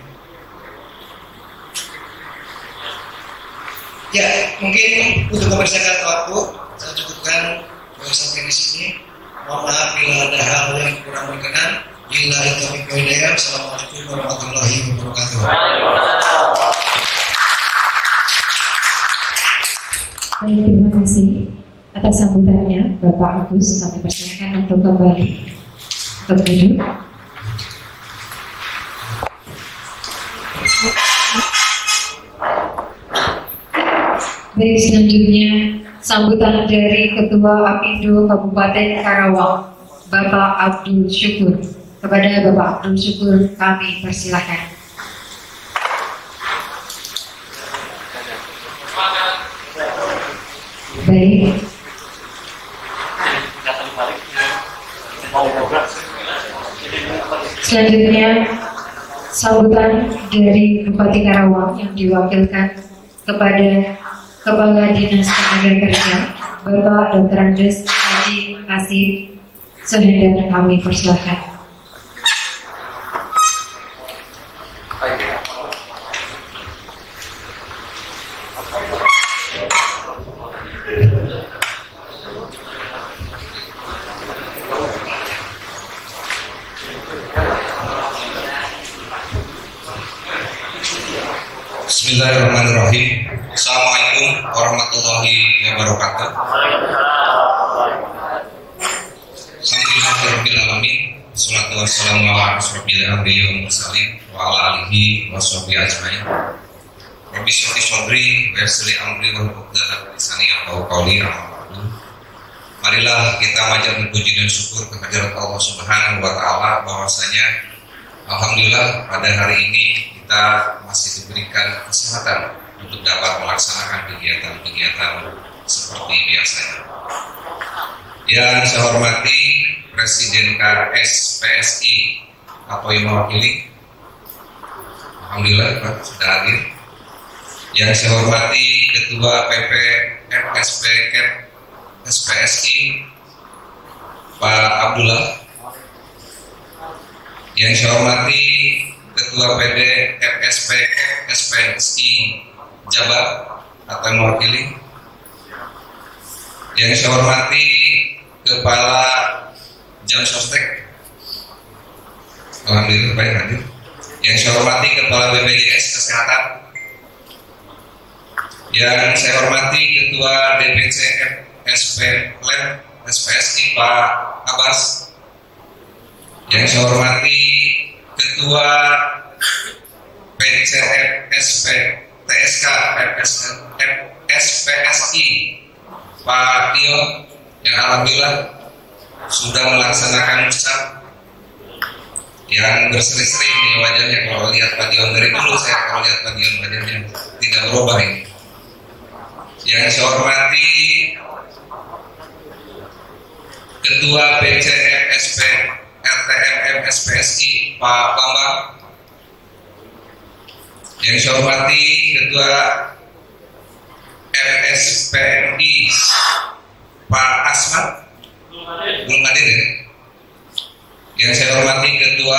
Ya, mungkin untuk mempersiapkan waktu saya cukupkan sampai di sini. Mohon maaf bila ada hal yang kurang berkenan. Billahi taufiq wal hidayah. Assalamualaikum warahmatullahi wabarakatuh. Baik, terima kasih atas sambutannya Bapak Agus. Kami persilakan untuk kembali untuk duduk. Baik, selanjutnya sambutan dari Ketua Apindo Kabupaten Karawang, Bapak Abdul Syukur. Kepada Bapak Abdul Syukur kami persilakan. Baik. Selanjutnya, sambutan dari Bupati Karawang yang diwakilkan kepada Kepala Dinas Tenaga Kerja, Bapak Dr. Andes Haji Asif Sohendar, kami persilahkan. Bismillahirrahmanirrahim. Assalamualaikum warahmatullahi wabarakatuh. Alhamdulillahirrahmanirrahim. Wassalatu wassalamu ala asyrofil anbiya'i wal mursalin wa ala alihi wa sahbihi ajmain. Rabbi shrah li sadri wa yassir li amri wahlul 'uqdatam min lisani yafqahu qawli. Marilah kita panjatkan puji dan syukur kehadirat Allah Subhanahu wa taala bahwasanya alhamdulillah pada hari ini kita masih diberikan kesempatan untuk dapat melaksanakan kegiatan-kegiatan seperti biasanya. Yang saya hormati Presiden KSPSI atau yang mewakili, alhamdulillah Pak sudah hadir. Yang saya hormati Ketua PP FSP SPSI Pak Abdullah. Yang saya hormati Ketua PD FSP SPSI Jabar atau yang mewakili. Yang saya hormati Kepala Jamsostek, alhamdulillah baik hadir. Yang saya hormati Kepala BPJS Kesehatan. Yang saya hormati Ketua DPC SP Lab SPSI Pak Abbas. Yang saya hormati Ketua PCF SP TSK SPSI Pak Dio, yang alhamdulillah sudah melaksanakan musab, yang berseri-seri ini wajahnya. Kalau lihat Pak Dion dari dulu, saya kalau lihat Pak Dion wajahnya tidak berubah ini. Yang saya hormati Ketua PCF SP RTMM SPSI Pak Bambang. Yang saya hormati Ketua RSPMI Pak Asmat, belum hadir ya. Yang saya hormati Ketua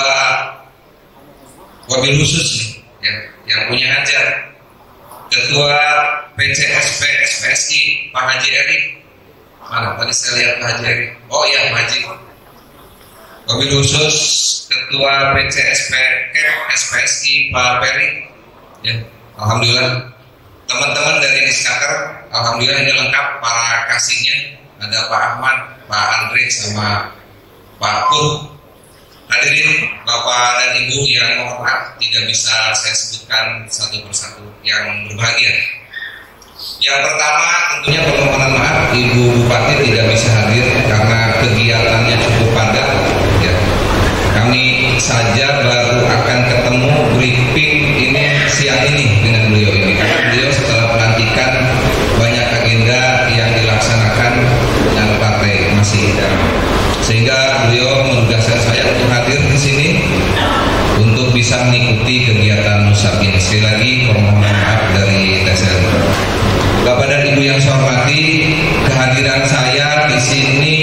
Wabil Khusus ya, yang punya hajat, Ketua PCSP SPSI Pak Haji Erik. Mana tadi saya lihat Pak Haji Erik? Oh iya Pak Haji. Wabil Khusus Ketua PCSP SPSI Pak Peri ya, alhamdulillah. Teman-teman dari Disnaker, alhamdulillah ini lengkap para kasihnya. Ada Pak Ahmad, Pak Andre, sama Pak Pur. Hadirin Bapak dan Ibu yang mohon maaf tidak bisa saya sebutkan satu persatu yang berbahagia. Yang pertama tentunya permohonan maaf Ibu Bupati tidak bisa hadir karena kegiatannya cukup padat ya. Kami saja baru akan ketemu briefing ini siang ini dengan beliau ini, karena beliau setelah pelantikan banyak agenda yang dilaksanakan dengan partai masih dalam, sehingga beliau menugaskan saya untuk hadir di sini untuk bisa mengikuti kegiatan musab ini. Sekali lagi permohonan maaf dari TSL. Bapak dan Ibu yang saya hormati, kehadiran saya di sini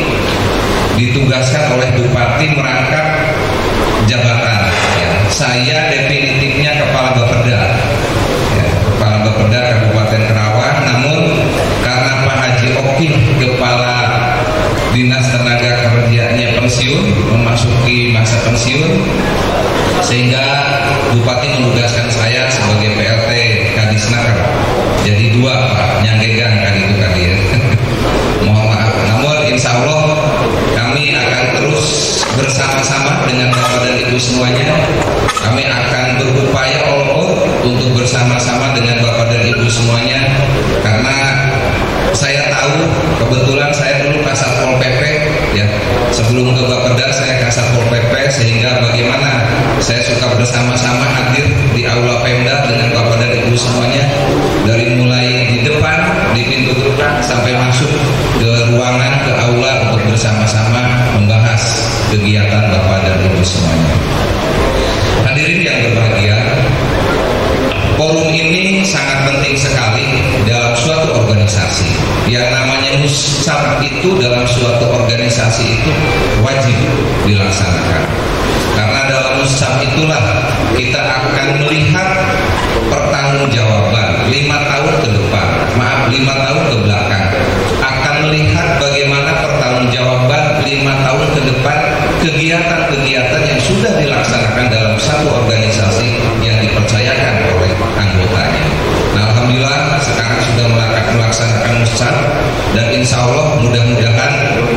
ditugaskan oleh Bupati merangkap jabatan. Ya. Saya definitifnya Kepala Bapeda, ya, Kepala Bapeda Kabupaten Karawang. Namun karena Pak Haji Oki Kepala Dinas Tenaga Kerjanya pensiun, memasuki masa pensiun, sehingga Bupati menugaskan saya sebagai PLT Kadisnaker. Jadi dua Pak, nyanggegan kan itu tadi ya. Mohon maaf. Namun insya Allah kami akan terus bersama-sama dengan Bapak dan Ibu semuanya. Kami akan berupaya all untuk bersama-sama dengan Bapak dan Ibu semuanya, karena saya tahu kebetulan saya dulu Kasat Pol PP ya. Sebelum ke Bapeda saya Kasat Pol PP, sehingga bagaimana saya suka bersama-sama hadir di aula Pemda dengan Bapak dan Ibu semuanya, dari mulai di depan di pintu gerbang sampai masuk ke ruangan, ke aula untuk bersama-sama membahas kegiatan Bapak dan Ibu semuanya. Hadirin yang berbahagia, forum ini sangat penting sekali dalam suatu organisasi. Yang namanya muscap itu dalam suatu organisasi itu wajib dilaksanakan. Karena dalam muscap itulah kita akan melihat pertanggungjawaban 5 tahun ke depan, 5 tahun ke belakang. Akan melihat bagaimana pertanggungjawaban 5 tahun ke depan kegiatan-kegiatan yang sudah dilaksanakan dalam satu organisasi yang dipercayakan oleh anggotanya. Nah, alhamdulillah sekarang sudah melaksanakan muscap, dan insya Allah mudah-mudahan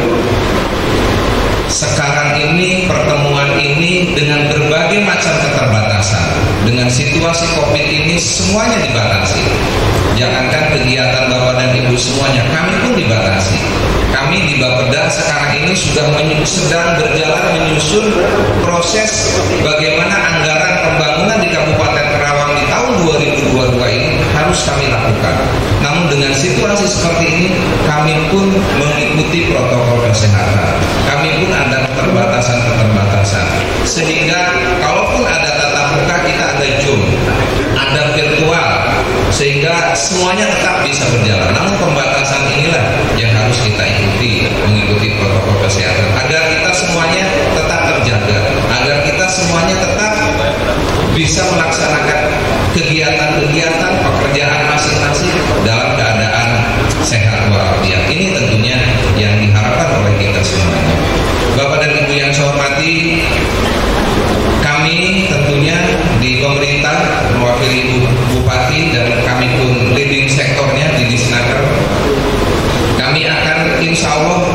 sekarang ini pertemuan ini dengan berbagai macam keterbatasan, dengan situasi COVID ini semuanya dibatasi. Jangankan kegiatan Bapak dan Ibu semuanya, kami pun dibatasi. Kami di Bapeda sekarang ini sudah sedang berjalan menyusun proses bagaimana anggaran pembangunan di Kabupaten Karawang di tahun 2022 ini harus kami lakukan. Namun dengan situasi seperti ini, kami pun mengikuti protokol kesehatan. Kami pun ada keterbatasan-keterbatasan. Sehingga kalaupun ada tatap muka, kita ada Zoom, ada virtual, sehingga semuanya tetap bisa berjalan. Namun pembatasan inilah yang harus kita ikuti, mengikuti protokol kesehatan agar kita semuanya tetap terjaga, agar kita semuanya tetap bisa melaksanakan kegiatan-kegiatan pekerjaan masing-masing dalam keadaan sehat walafiat. Ini tentunya yang diharapkan oleh kita semuanya. Bapak dan Ibu yang saya hormati, kami tentunya di pemerintah mewakili Ibu Bupati dan kami pun leading sektornya di Disnaker, kami akan insya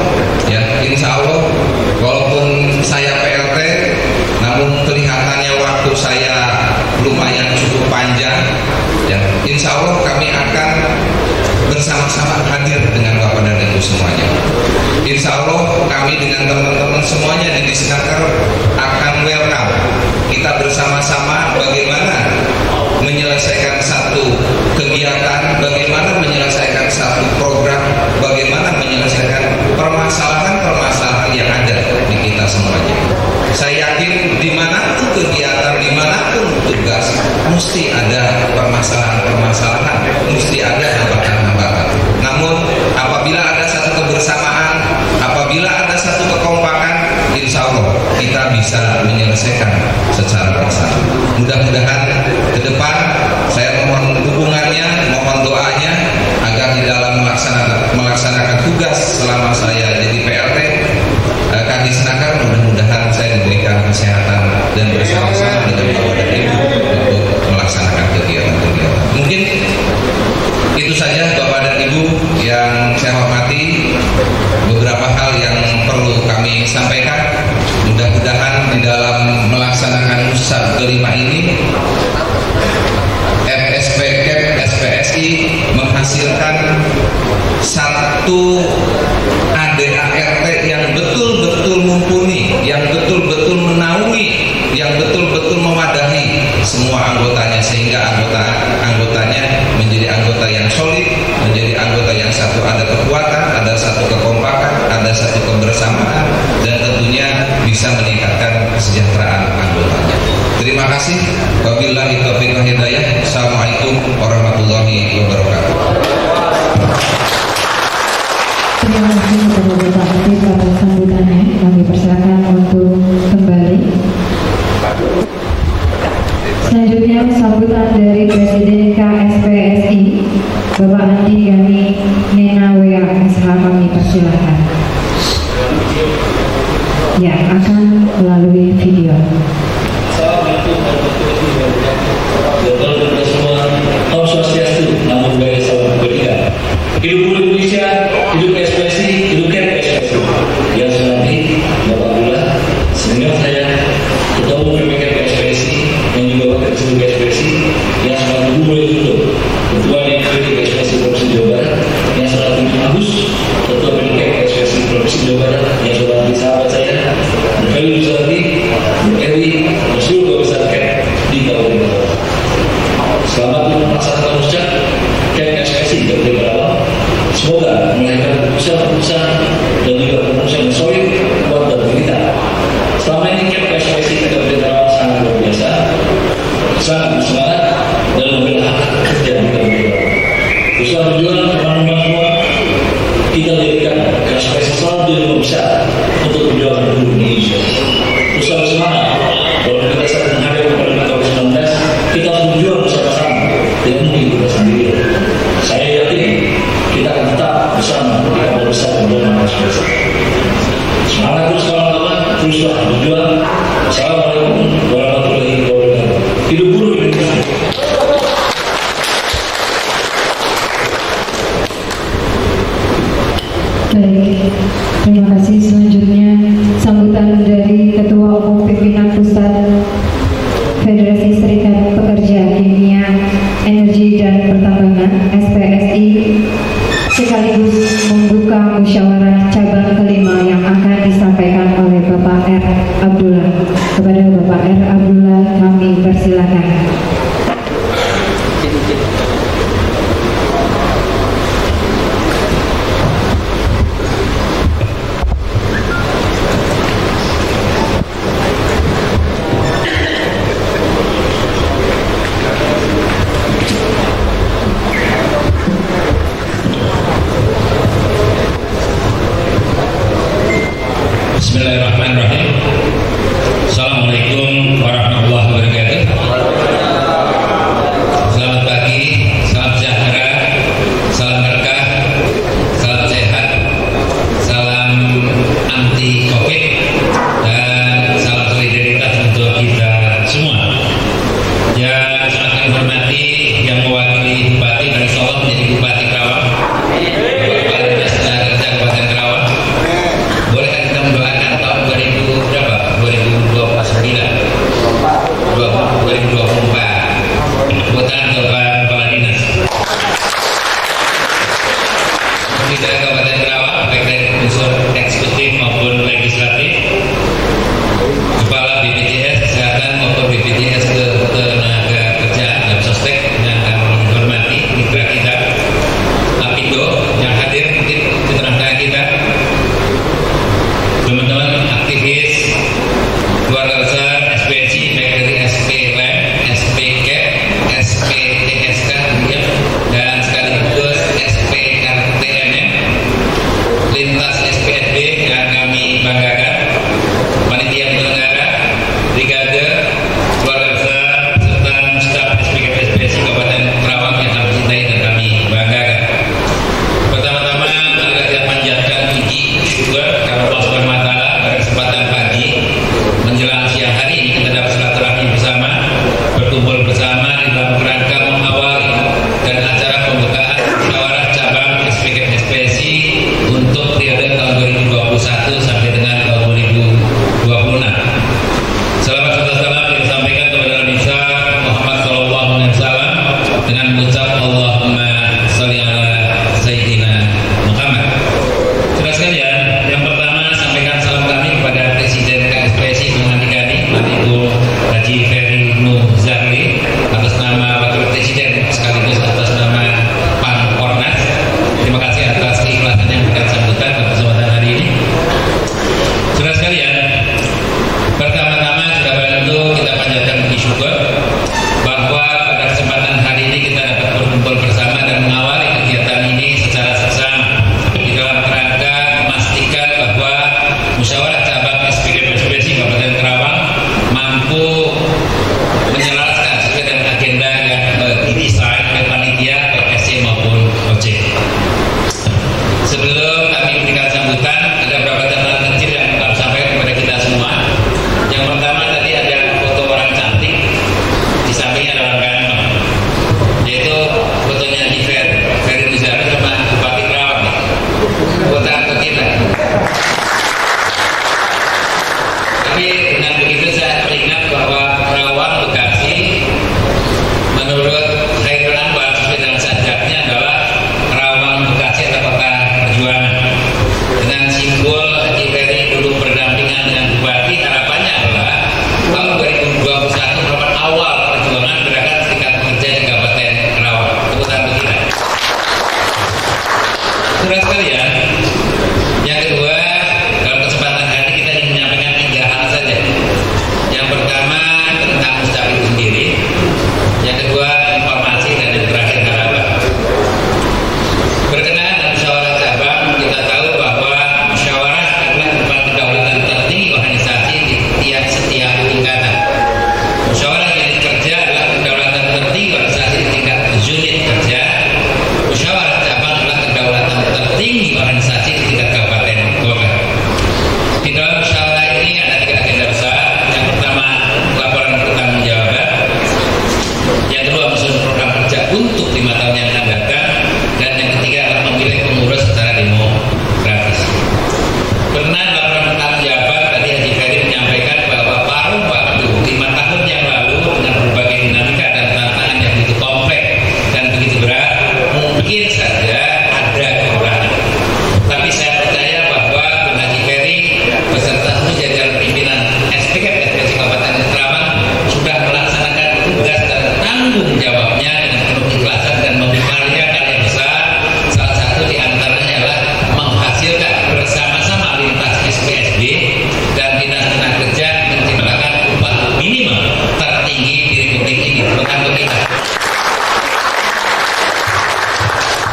Allah walaupun saya PLT, namun kelihatannya waktu saya lumayan cukup panjang, ya, insya Allah kami akan bersama-sama hadir dengan Bapak dan Ibu semuanya. Insya Allah kami dengan teman-teman semuanya di Disnaker akan welcome. Kita bersama-sama bagaimana menyelesaikan satu kegiatan, bagaimana menyelesaikan satu program, bagaimana menyelesaikan permasalahan-permasalahan yang ada di kita semuanya. Saya yakin dimanapun kegiatan, dimanapun tugas, mesti ada permasalahan-permasalahan, mesti ada hambatan-hambatan. Namun apabila ada satu kebersamaan, apabila ada satu kekompakan, insya Allah kita bisa menyelesaikan secara bersama. Mudah-mudahan ke depan saya mohon dukungannya, mohon doanya agar di dalam melaksanakan tugas selama saya jadi PLT Kadisnaker, mudah-mudahan saya diberikan kesehatan dan bersama-sama dengan Bapak dan Ibu untuk melaksanakan kegiatan-kegiatan. Mungkin itu saja Bapak dan Ibu yang saya hormati, beberapa hal yang perlu kami sampaikan. Mudah-mudahan di dalam melaksanakan muscap kelima ini FSPSI menghasilkan satu ADART yang betul-betul mumpuni, yang betul-betul menaungi, yang betul-betul mewadahi semua anggotanya, sehingga anggotanya menjadi anggota yang solid, menjadi anggota yang satu ada kekuatan, ada satu kekompakan, ada satu kebersamaan, dan tentunya bisa meningkatkan kesejahteraan anggotanya. Terima kasih. Wabillahi taufiq wal hidayah. Assalamualaikum warahmatullahi wabarakatuh. Terima kasih kepada Bapak Aktif atas sambutannya. Kami persilakan untuk kembali. Selanjutnya sambutan dari Presiden KSPSI Bapak Andi Gani Nena Wea SH, kami persilakan. Ya, akan melalui video. Assalamualaikum warahmatullahi wabarakatuh. Bapak-bapak semua, Om Swastiastu, Namo Buddhaya, Salam Kebajikan. Hidup Indonesia, hidup KSPSI, hidup KSPSI. Yang saya hormati Bapak Abdullah, senior saya, Ketua Umum PPK KSPSI, yang juga Wakil Ketua KSPSI, yang saya hormati Mulai Tutup, Ketua DPD KSPSI Provinsi Jawa Barat, yang saya hormati Agus, Ketua PPK KSPSI satu yang besar untuk perjuangan buruh Indonesia. Terus sampai semangat. Kalau kita saat menghadapi kepada COVID-19, kita harus berjuang bersama-sama. Tidak mungkin kita sendiri. Saya yakin kita akan tetap bersama ketika bersama perjuangan ekspresi. Semangat terus kawan-kawan, teruslah berjuang. Assalamualaikum warahmatullahi wabarakatuh. Hidup buruh Indonesia. Baik, terima kasih. Selanjutnya sambutan dari Ketua Umum Pimpinan Pusat Federasi Serikat Pekerja Kimia, Energi dan Pertambangan (SPSI) sekaligus membuka musyawarah cabang kelima yang akan disampaikan oleh Bapak R. Abdullah. Kepada Bapak R. Abdullah kami persilakan. Bismillahirrahmanirrahim. Assalamualaikum warahmatullahi wabarakatuh. Selamat pagi, salam sejahtera, salam berkah, salam sehat, salam anti COVID, dan salam solidaritas untuk kita semua. Yang sangat kami hormati, yang mewakili Bupati dan insyaallah menjadi Bupati Kerawang, Kepala Dinas Tenaga Kerja Kabupaten Kerawang. Bolehkah kita mendoakan tahun 2000 berapa? 2024. Keputusan Kepala Dinas. Kita Kabupaten Kerawang, baik dari unsur eksekutif maupun legislatif, Kepala BPJS Kesehatan maupun BPJS Tenaga Kerjaan dan Sostek yang kami hormati, mitra kita, Apindo yang hadir mungkin di tengah-tengah kita, teman-teman aktivis keluarga besar SPSI, baik dari SPLM, SPCAP, SPTSK, dan sekaligus SPRTNM, lintas SPSB yang kami banggakan, panitia penyelenggara, brigade, keluarga besar, serta staf SPCAP SPSI Kabupaten Kerawang yang kami cintai dan kami banggakan. Pertama-tama mari kita panjatkan puji syukur karena Allah Subhanahu wa taala pada kesempatan pagi menjelang siang hari ini kita dapat silaturahmi bersama, berkumpul bersama di dalam kerangka mengawali dan acara pembukaan musyawarah cabang SPCAP SPSI untuk periode tahun 2021 sampai dengan tahun 2026. Selamat serta salam kita sampaikan kepada Nabi Muhammad SAW dengan mengucap Allahumma sholli ala Sayyidina Muhammad. Saudara sekalian, yang pertama sampaikan salam kami kepada Presiden KSPSI Mengandikani Ibu Haji Ferry Nuzarli atas nama Wakil Presiden sekaligus atas nama Pangkornas. Terima kasih atas keikhlasan yang memberikan sambutan pada kesempatan hari ini. Saudara sekalian, pertama-tama sudah bantu kita panjatkan puji syukur bahwa pada kesempatan hari ini kita dapat berkumpul bersama dan mengawali kegiatan ini secara seksama di dalam kerangka memastikan bahwa musyawarah cabang SPCAP SPSI Kabupaten Kerawang mampu menyelaraskan sesuai dengan agenda yang didesain oleh panitia PSC maupun OC. Sebelum kami memberikan sambutan, ada beberapa catatan kecil yang kami sampaikan kepada kita semua. Yang pertama tadi ada foto orang cantik, di sampingnya ada orang ganteng, yaitu fotonya di Ferry Nuzarli sama Bupati Kerawang. Foto atau kita. Tapi dengan begitu saya teringat bahwa Kerawang Bekasi menurut Khairul Anwar sesuai dengan sajaknya adalah Kerawang Bekasi adalah kota perjuangan. Dengan simbol Haji Ferry dulu berdampingan dengan Bupati, harapannya adalah tahun 2021 merupakan awal perjuangan gerakan serikat pekerja di Kabupaten Kerawang. Tepuk tangan untuk kita. Saudara sekalian, yang kedua, dalam kesempatan hari ini kita ingin menyampaikan 3 hal saja. Yang pertama tentang musyawarah itu sendiri, yang kedua informasi, dan yang terakhir harapan. Berkenaan dengan musyawarah cabang, kita tahu bahwa musyawarah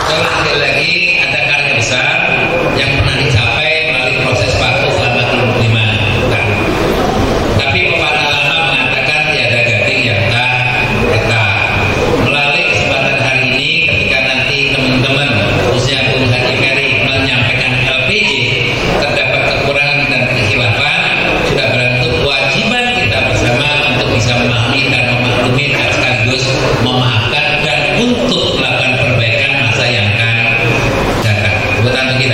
Betul, sekali lagi ada karya besar yang pernah dicapai melalui proses waktu selama 35 tahun. Tapi pepatah lama mengatakan tiada gading yang tak retak. Melalui kesempatan hari ini, ketika nanti teman-teman khususnya Bung Haji Ferry menyampaikan LPJ, terdapat kekurangan dan kekhilafan, sudah berbentuk kewajiban kita bersama untuk bisa memahami dan memaklumi dan sekaligus memaafkan dan untuk melakukan perbaikan masa yang akan datang. Tepuk tangan kita.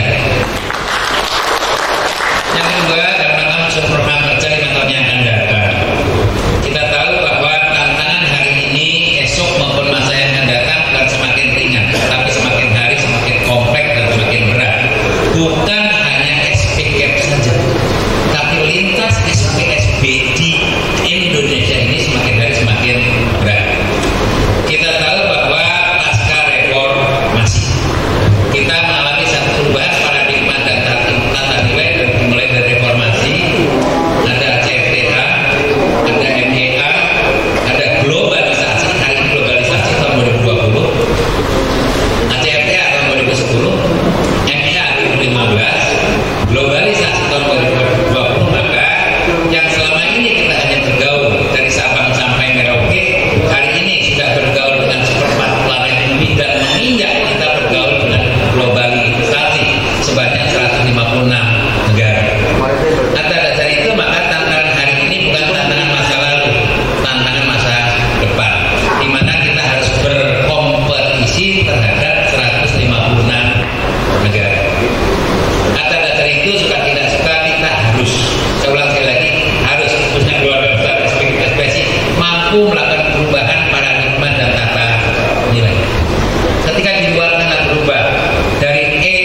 Yang kedua, dalam rangka program kerja 5 tahun yang akan datang, kita tahu bahwa tantangan hari ini, esok maupun masa yang akan datang bukan semakin ringan, tapi semakin hari semakin kompleks dan semakin berat. Bukan hanya SPGAP saja, tapi lintas SPSB di Indonesia ini semakin hari semakin berat. Kita tahu bahwa pasca reformasi kita mengalami satu perubahan paradigma dan tata nilai dan dimulai dari reformasi. Ada CFTA, ada MEA, ada globalisasi. Hari ini globalisasi tahun 2020, CFTA tahun 2010, MEA 2015, globalisasi tahun 2020. Maka yang selama ini kita hanya bergaul dari Sabang sampai Merauke, hari ini sudah bergaul dengan seperempat planet bumi dan menginjak kita bergaul dengan globalisasi sebanyak 156 negara. Atas dasar itu, maka tantangan hari ini bukan tantangan masa lalu, tantangan masa depan, di mana kita harus berkompetisi terhadap 156 negara. Atas dasar itu, suka tidak suka kita harus, saya ulang sekali lagi, harus khususnya keluarga besar SPSI mampu melakukan perubahan paradigma dan tata nilai. Ketika di luar sana berubah dari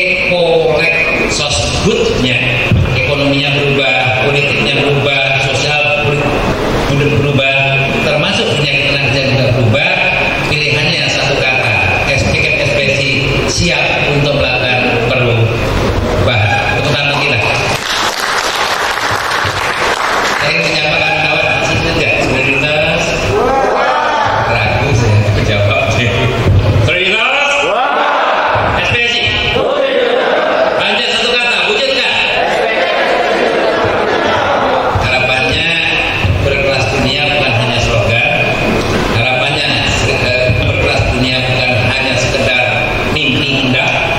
sosbudnya, ekonominya berubah, politiknya berubah, sosial berubah, termasuk dunia ketenagakerjaan juga berubah. Pilihannya satu kata, SPSI siap untuk melakukan perubahan. Untuk tangan kita. Saya ingin menyapa kawan-kawan di sini enggak? Solidaritas? Ragu saya menjawab. Solidaritas? SPSI? Lanjut satu kata, wujudkan. Harapannya berkelas dunia bukan hanya slogan. Harapannya berkelas dunia bukan hanya sekedar mimpi indah.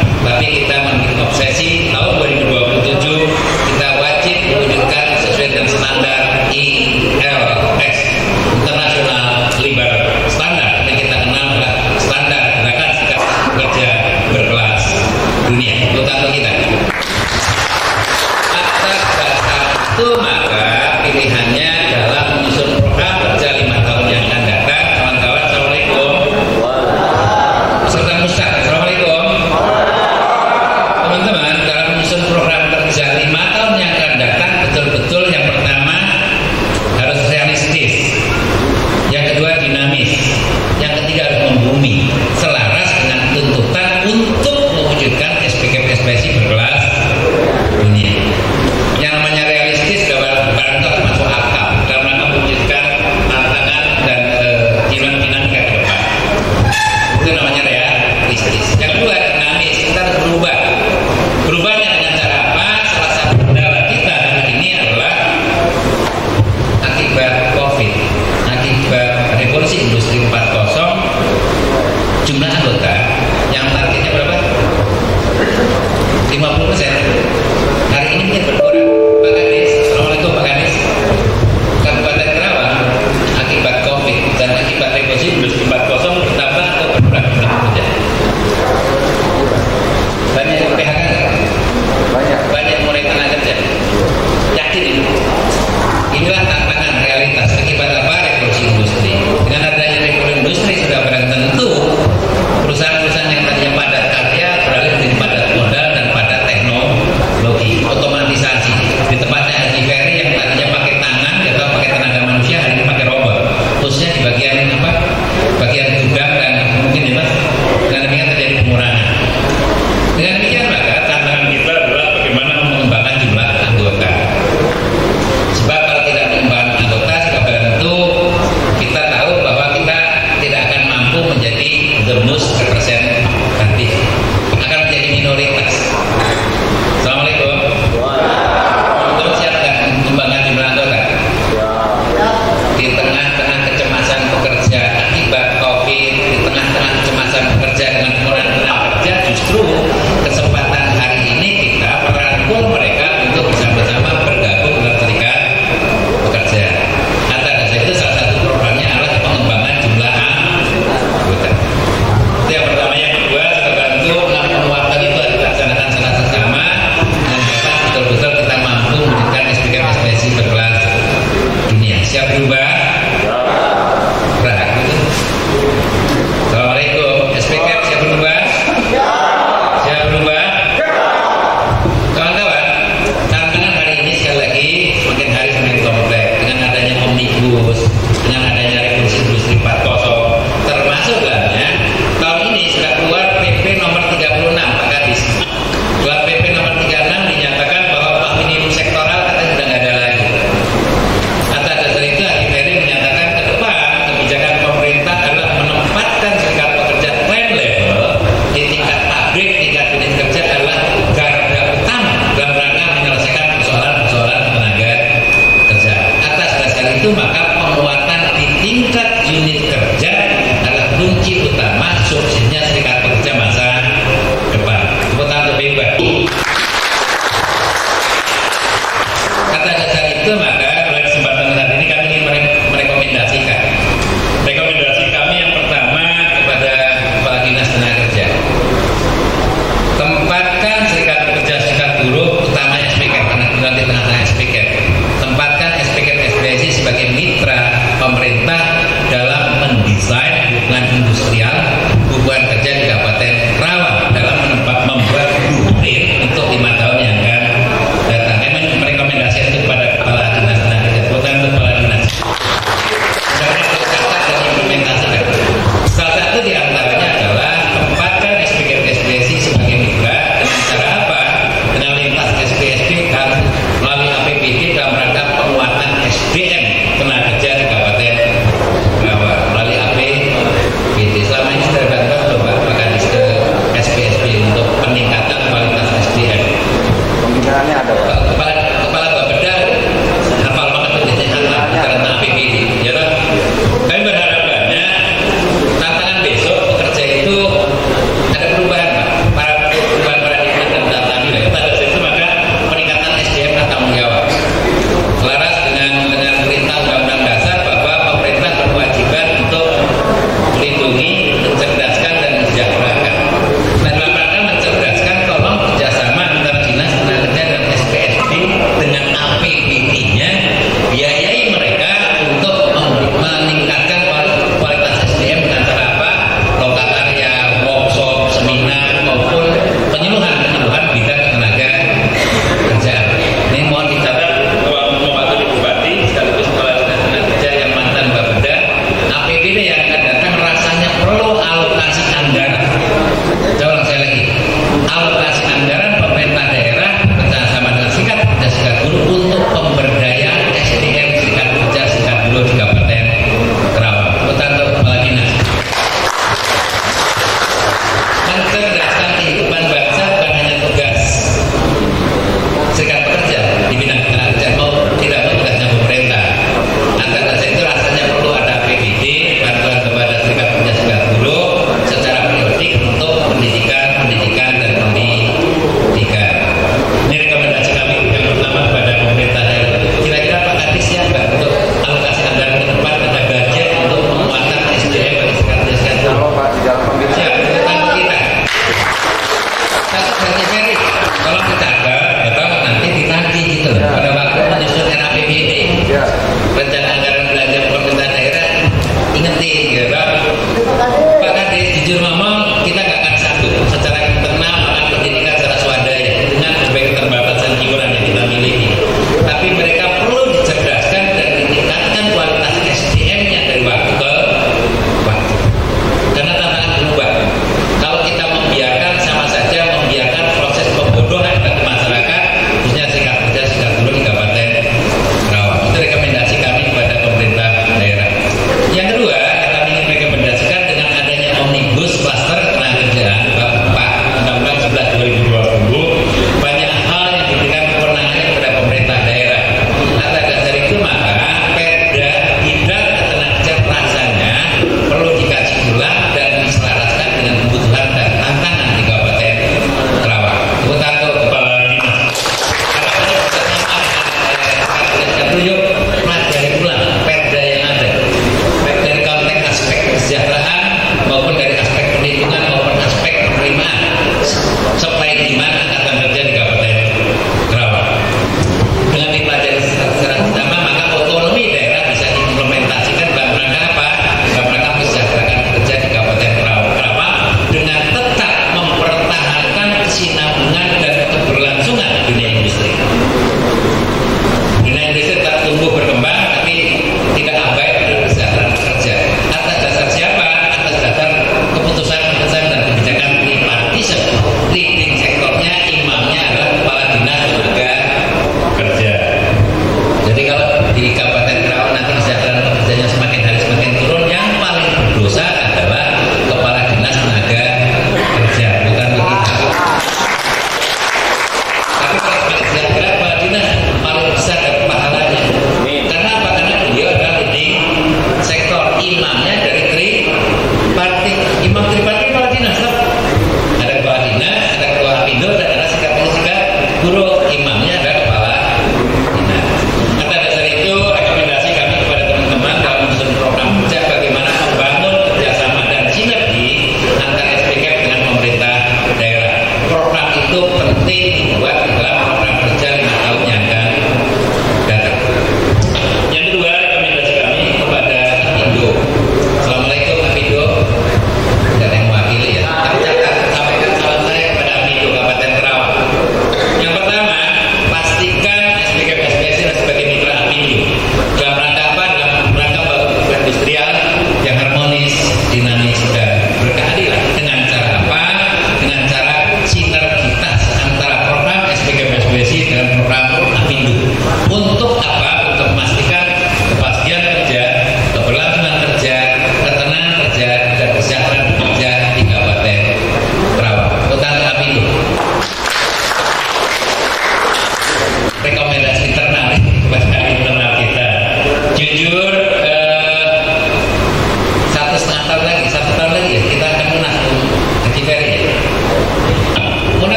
program itu penting dibuat di dalam program kerja 5 tahun yang akan datang. Yang kedua, rekomendasi kami kepada Apindo. Assalamualaikum Apindo dan yang mewakili ya. Catat sampaikan salam saya kepada Apindo Kabupaten Kerawang. Yang pertama, pastikan SPKP SPSI sebagai mitra Apindo. Dalam rangka apa? Dalam rangka bangun industrial yang harmonis, dinamis dan berkeadilan. Dengan cara apa? Dengan cara sinergitas antara program SPKP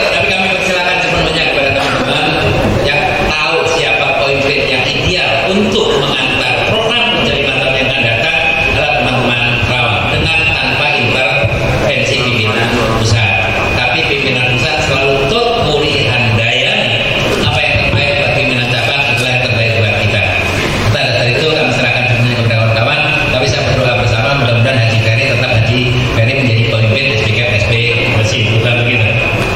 tapi kami persilakan sepenuhnya kepada teman-teman yang tahu siapa pemimpin yang ideal untuk mengantar program menjadi mantap yang akan datang adalah teman-teman Kerawang dengan tanpa intervensi pimpinan pusat. Tapi pimpinan pusat selalu mulihan daya apa yang terbaik buat pimpinan cabang adalah yang terbaik buat kita. Atas dasar itu kami serahkan semuanya kepada kawan-kawan. Tapi saya berdoa bersama mudah-mudahan Haji Ferry tetap Haji Ferry menjadi pemimpin SPKM SP bersih, bukan begitu.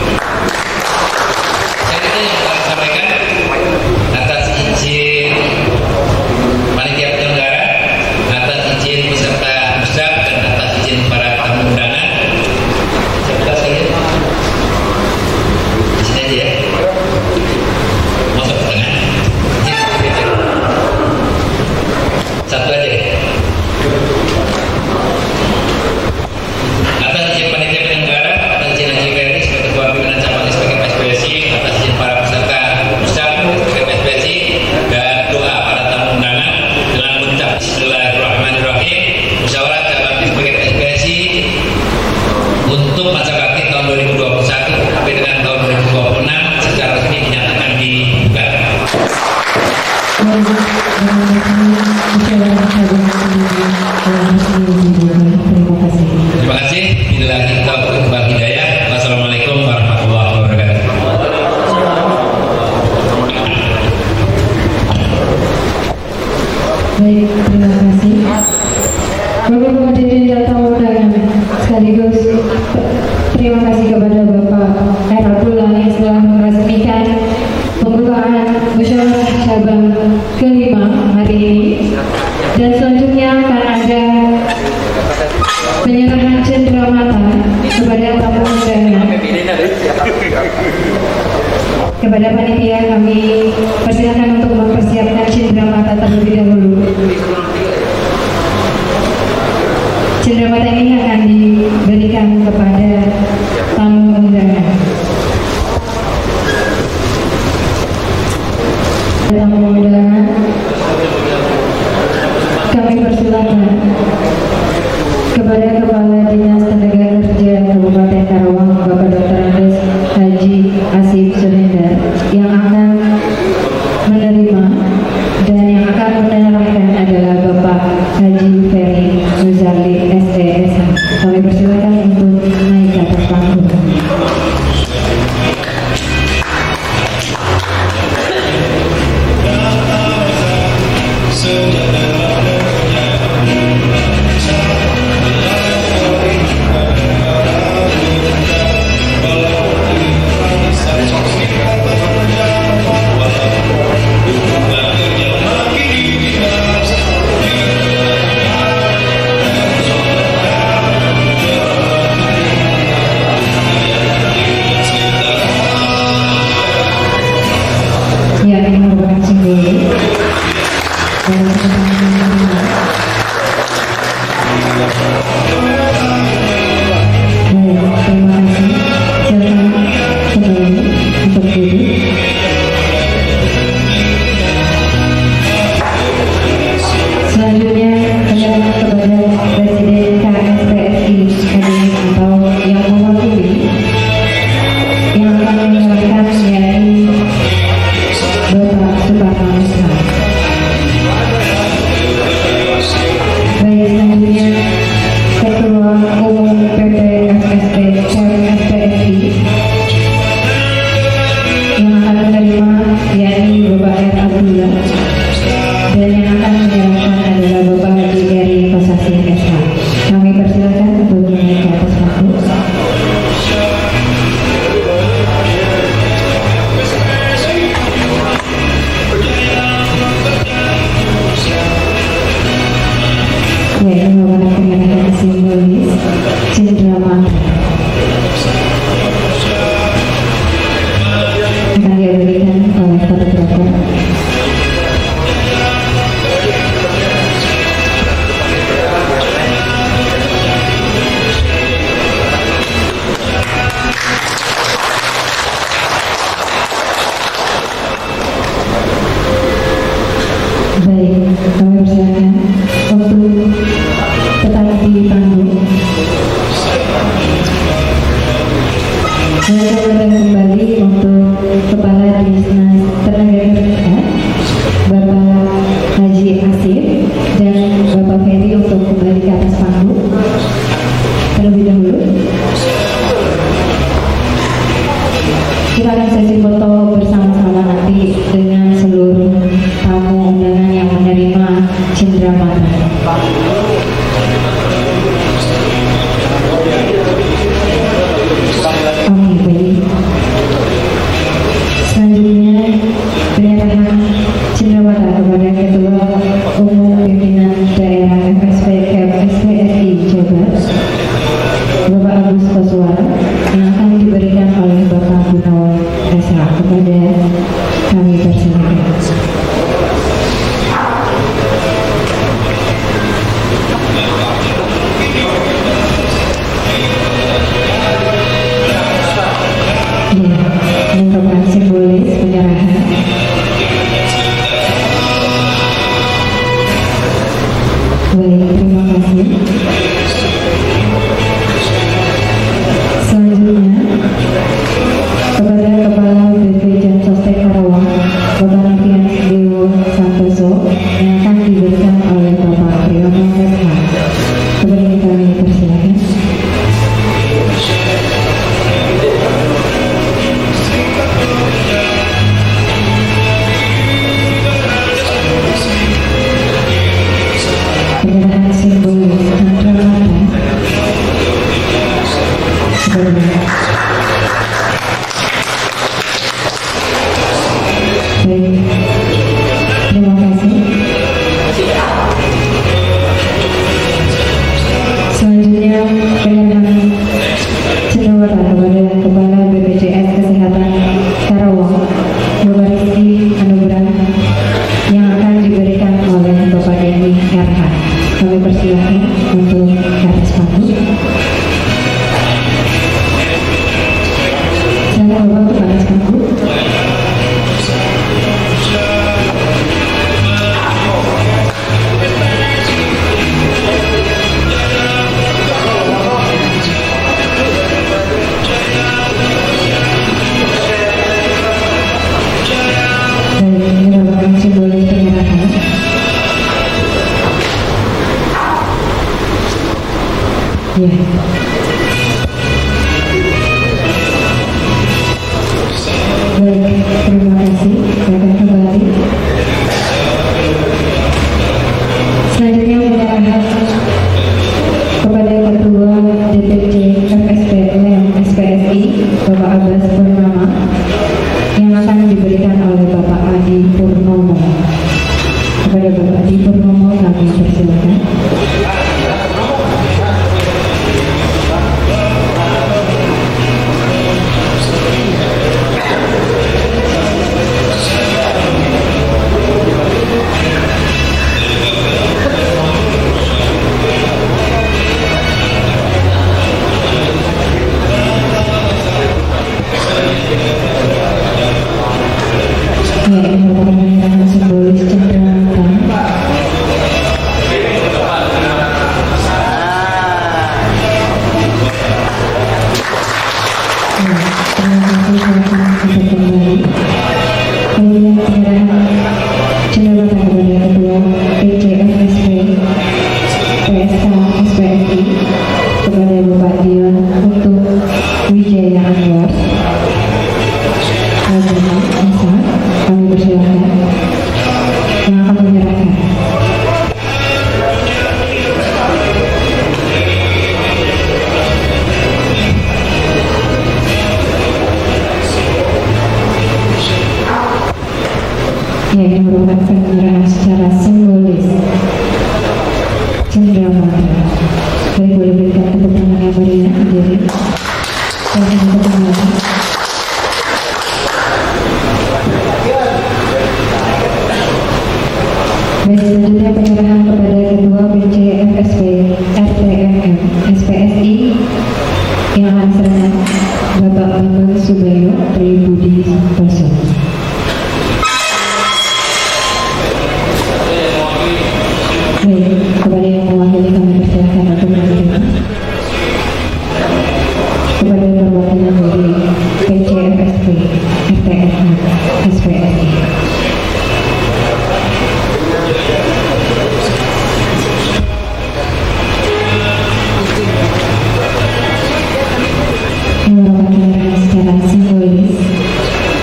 Saya itu yang saya sampaikan atas izin panitia penyelenggara, atas izin peserta musab dan atas izin para tamu undangan. Saya di sini aja ya. Masuk ke tengah. Satu aja ya. Atas izin panitia penyelenggara, atas izin Haji Ferry sebagai ketua pimpinan cabang SPKM SPSI, atas izin para peserta musab SPKM SPSI dan doa para tamu undangan dengan mengucap Bismillahirrahmanirrahim. Musyawarah cabang SPKM SPSI untuk masa bakti tahun 2021 sampai dengan tahun 2026 secara resmi dinyatakan dibuka. Terima kasih. Billahi taufiq wal hidayah. Wassalamualaikum warahmatullahi wabarakatuh. Baik, terima kasih. Bapak hadirin dan tamu undangan sekaligus terima kasih kepada Bapak Abdullah yang telah meresmikan pembukaan musyawarah cabang kelima hari ini. Dan selanjutnya akan ada penyerahan cenderamata kepada tamu undangan. Kepada panitia kami persilakan untuk mempersiapkan cenderamata terlebih dahulu. Cenderamata ini akan diberikan kepada tamu undangan. Tamu undangan, kami persilakan kepada Kepala Dinas Tenaga Kerja Kabupaten Karawang, Bapak Dr. Andes Haji Asif Sunendar, yang akan menerima dan yang akan menerangkan adalah Bapak Haji Ferry Muzali SDSH. Kami persilakan untuk naik ke atas panggung. Ya, ini merupakan simbolik dalam kesempatan ini. Baik, terima kasih. Silakan kembali untuk duduk. Selanjutnya adalah kepada Presiden KSPSI atau yang mewakili yang akan menyerahkan yakni Bapak Suparno Misra. Baik, selanjutnya Ketua Umum PPFSD SPSI yang akan menerima yakni Bapak R. Abdullah dan yang akan menyerahkan adalah Bapak Haji Eri Kosasi SH. Kami persilakan untuk naik ke atas panggung. Ya, ini merupakan penyerahan simbolis cenderamata akan diberikan oleh fotografer. kepada kami persilakan. Merupakan simbolis penyerahan. Baik, terima kasih. Selanjutnya kepada Kepala BP Jam Sostek Karawang, Bapak Novianus Dewo Santoso, yang akan diberikan oleh Bapak Priyono SH. Kepada kami persilakan. Penyerahan simbolis Chandramata. Baik, terima kasih. Selanjutnya penyerahan cenderawata kepada Kepala BPJS Kesehatan Karawang, Bapak Rizky Anugrah, yang akan diberikan oleh Bapak Denny RH. Kami persilakan untuk atas panggung. Silakan Bapak untuk atas panggung. Dan ini merupakan simbolis penyerahan. Ya. Baik, terima kasih. Silakan kembali. Selanjutnya penyerahan kepada Ketua DPC FSPLM SPSI, Bapak Abbas Purnama, yang akan diberikan oleh Bapak Adi Purnomo. Kepada Bapak Adi Purnomo kami persilakan. Ya, ini merupakan penyerahan simbolis Chandramata. Kemudian penyerahan cenderawata kepada Ketua PCFSP PSK SPSI kepada Bapak Dion untuk Wijaya Anwar. Kami persilakan yang akan menyerahkan. Ya, ini merupakan penyerahan secara simbolis Chandramata. Baik, boleh berikan tepuk tangan yang meriah. Jadi, saya tepuk tangan. Baik, selanjutnya penyerahan kepada Ketua BCFSP RTMM SPSI yang akan serahkan Bapak Bambang Subayo Tribudi Santoso. Baik, kepada yang mewakili kami persilakan untuk menerima. Kepada perwakilan dari PCFSP RTMM SPSI. Ini merupakan penyerahan secara simbolis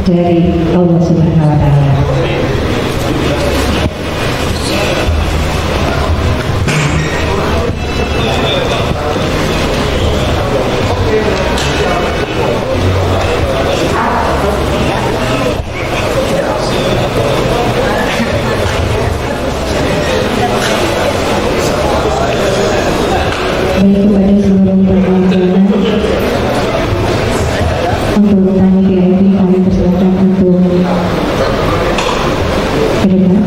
dari Allah Subhanahu wa Ta'ala. Baik, kepada seluruh teman-teman untuk tamu VIP kami persilakan untuk ke depan.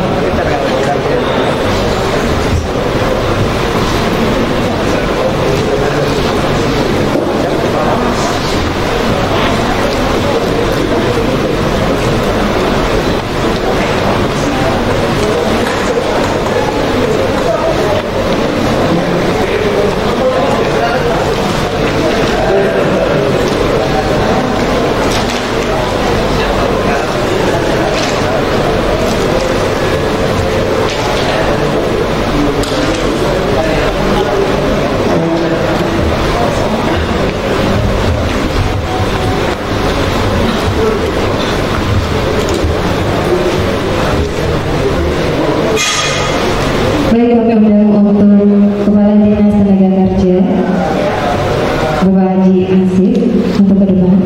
Baik, kami undang untuk Kepala Dinas Tenaga Kerja Bapak Haji Asif untuk ke depan.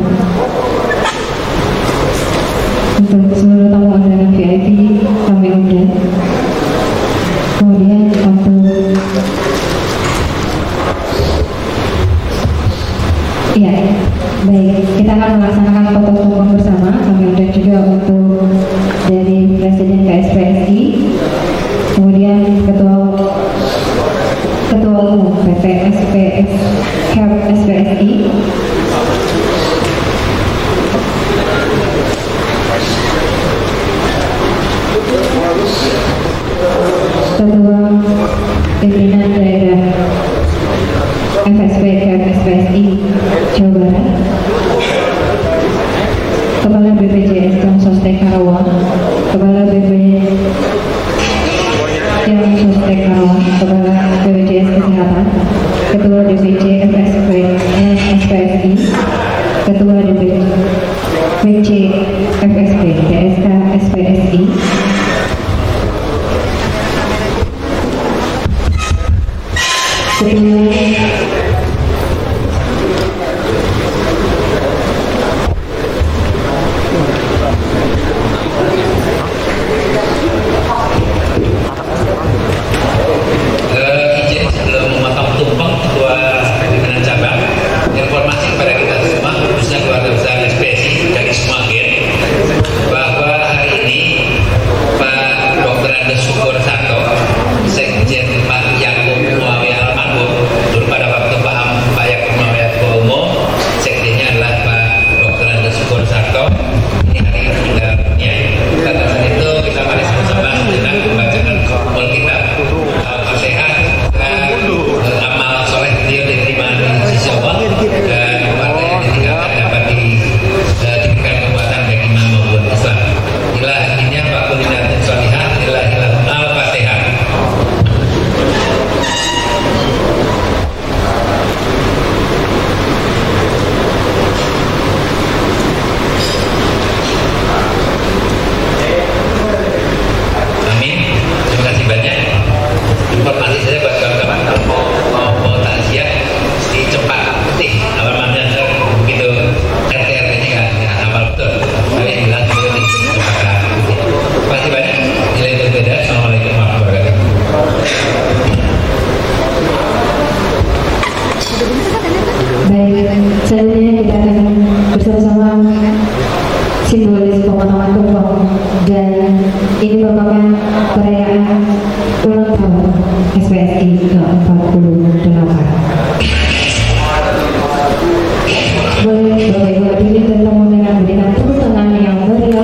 Untuk seluruh tamu undangan VIP kami undang. Kemudian untuk baik, kita akan melaksanakan foto umum bersama. Kami undang juga untuk dari Presiden KSPSI, kemudian Ketua Umum PT SPSI, Ketua Pimpinan Daerah FSP SPSI Jawa Barat, Kepala BPJS Sostek Karawang, Kepala BPJS Sostek Karawang, Kepala BPJS Kesehatan, Ketua DPC SPSI, Ketua DPC FSP DSK SPSI, selanjutnya kita akan bersama-sama simbolis pemotongan tumpeng, dan ini merupakan perayaan ulang tahun SPSI ke-48. Boleh Bapak Ibu hadirin dan tamu undangan memberikan tepuk tangan yang meriah.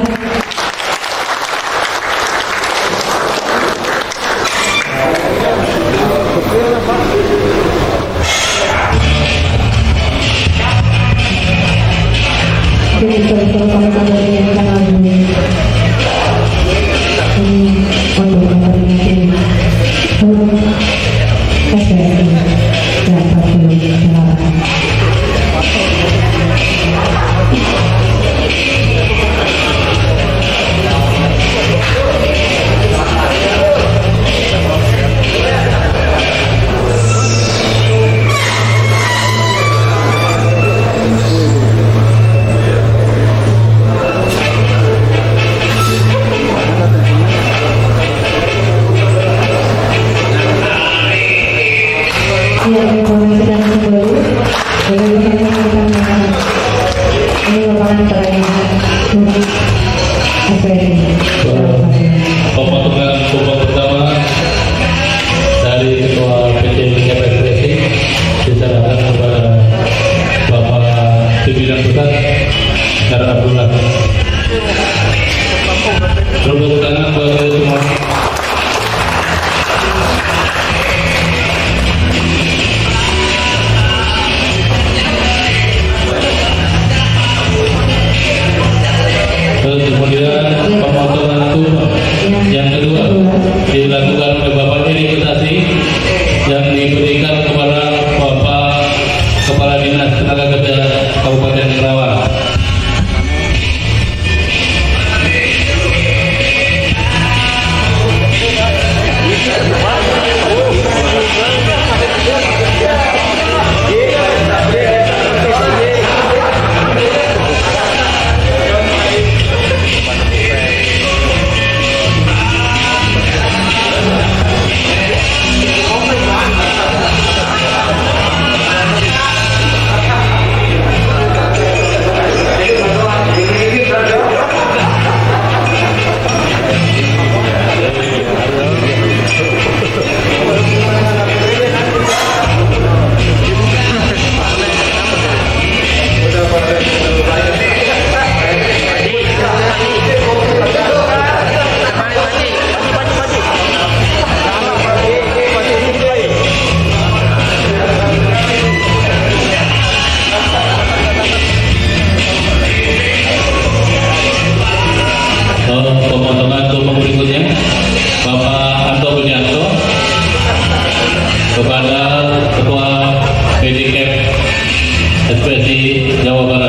Pemotongan terlihat untuk SPSI. Pemotongan tumpang pertama dari Ketua PT SPSI diserahkan kepada Bapak Pimpinan Pusat Syarah Abdullah. Tepuk tangan buat semua. Kemudian pemotongan tumpang yang kedua dilakukan oleh Bapak Investasi yang diberikan kepada Bapak Kepala Dinas Tenaga Kerja Kabupaten Kerawang. Pemotongan tumpang berikutnya Bapak Anto Bunyanto kepada Ketua PDKM SPSI Jawa Barat.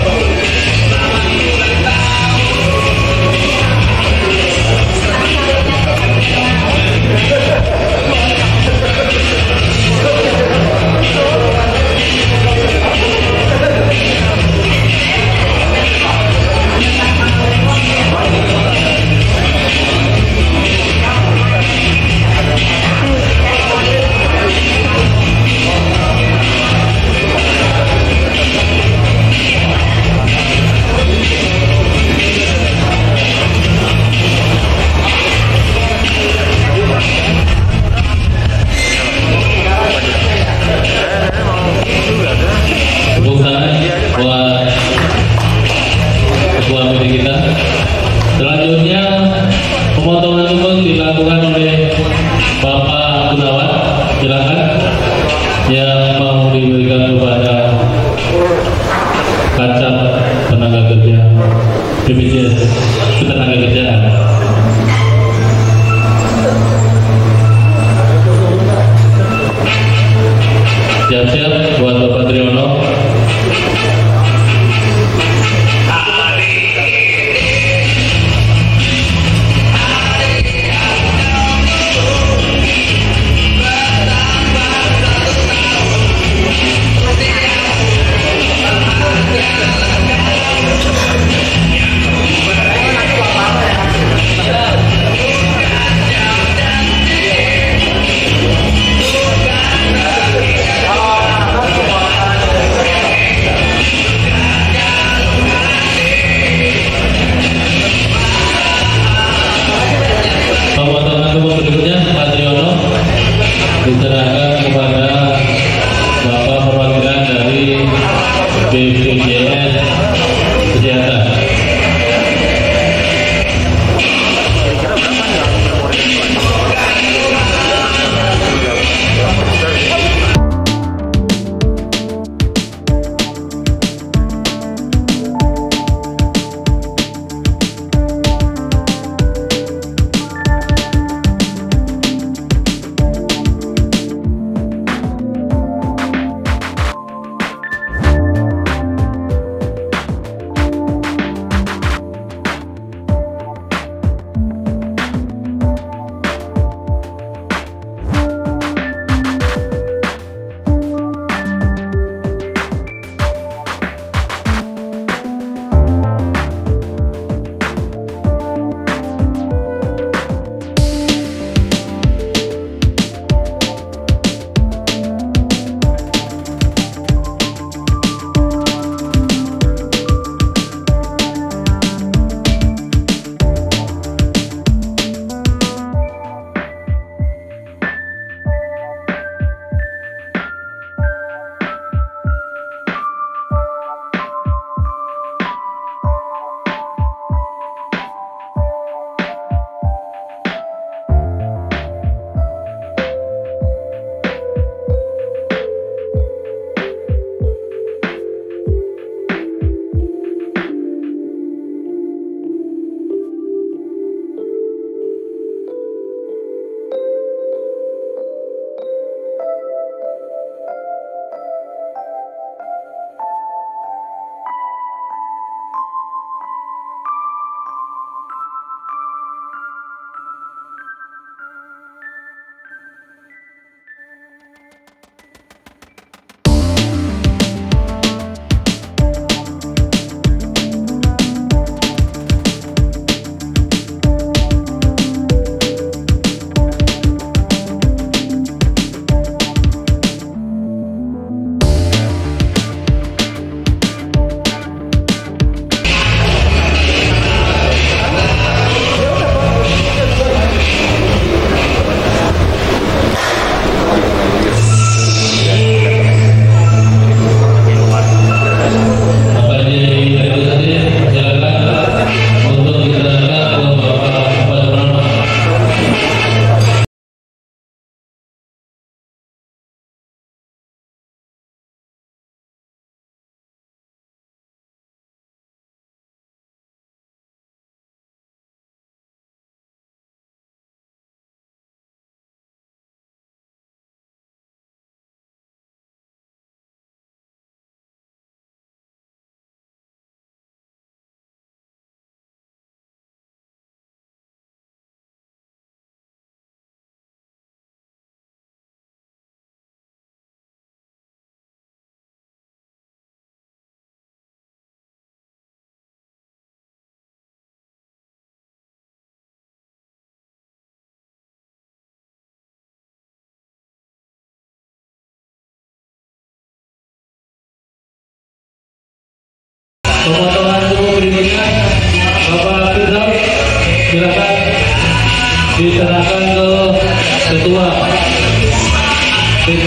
Selanjutnya pemotongan tumpang dilakukan oleh Bapak Gunawan, silakan, yang mau diberikan kepada Kasat Tenaga Kerja BPJS Ketenagakerjaan. Siap-siap buat Bapak Triyono. Yeah. Pemotongan dulu berikutnya, Bapak Firdaus, silakan diserahkan ke Ketua PT.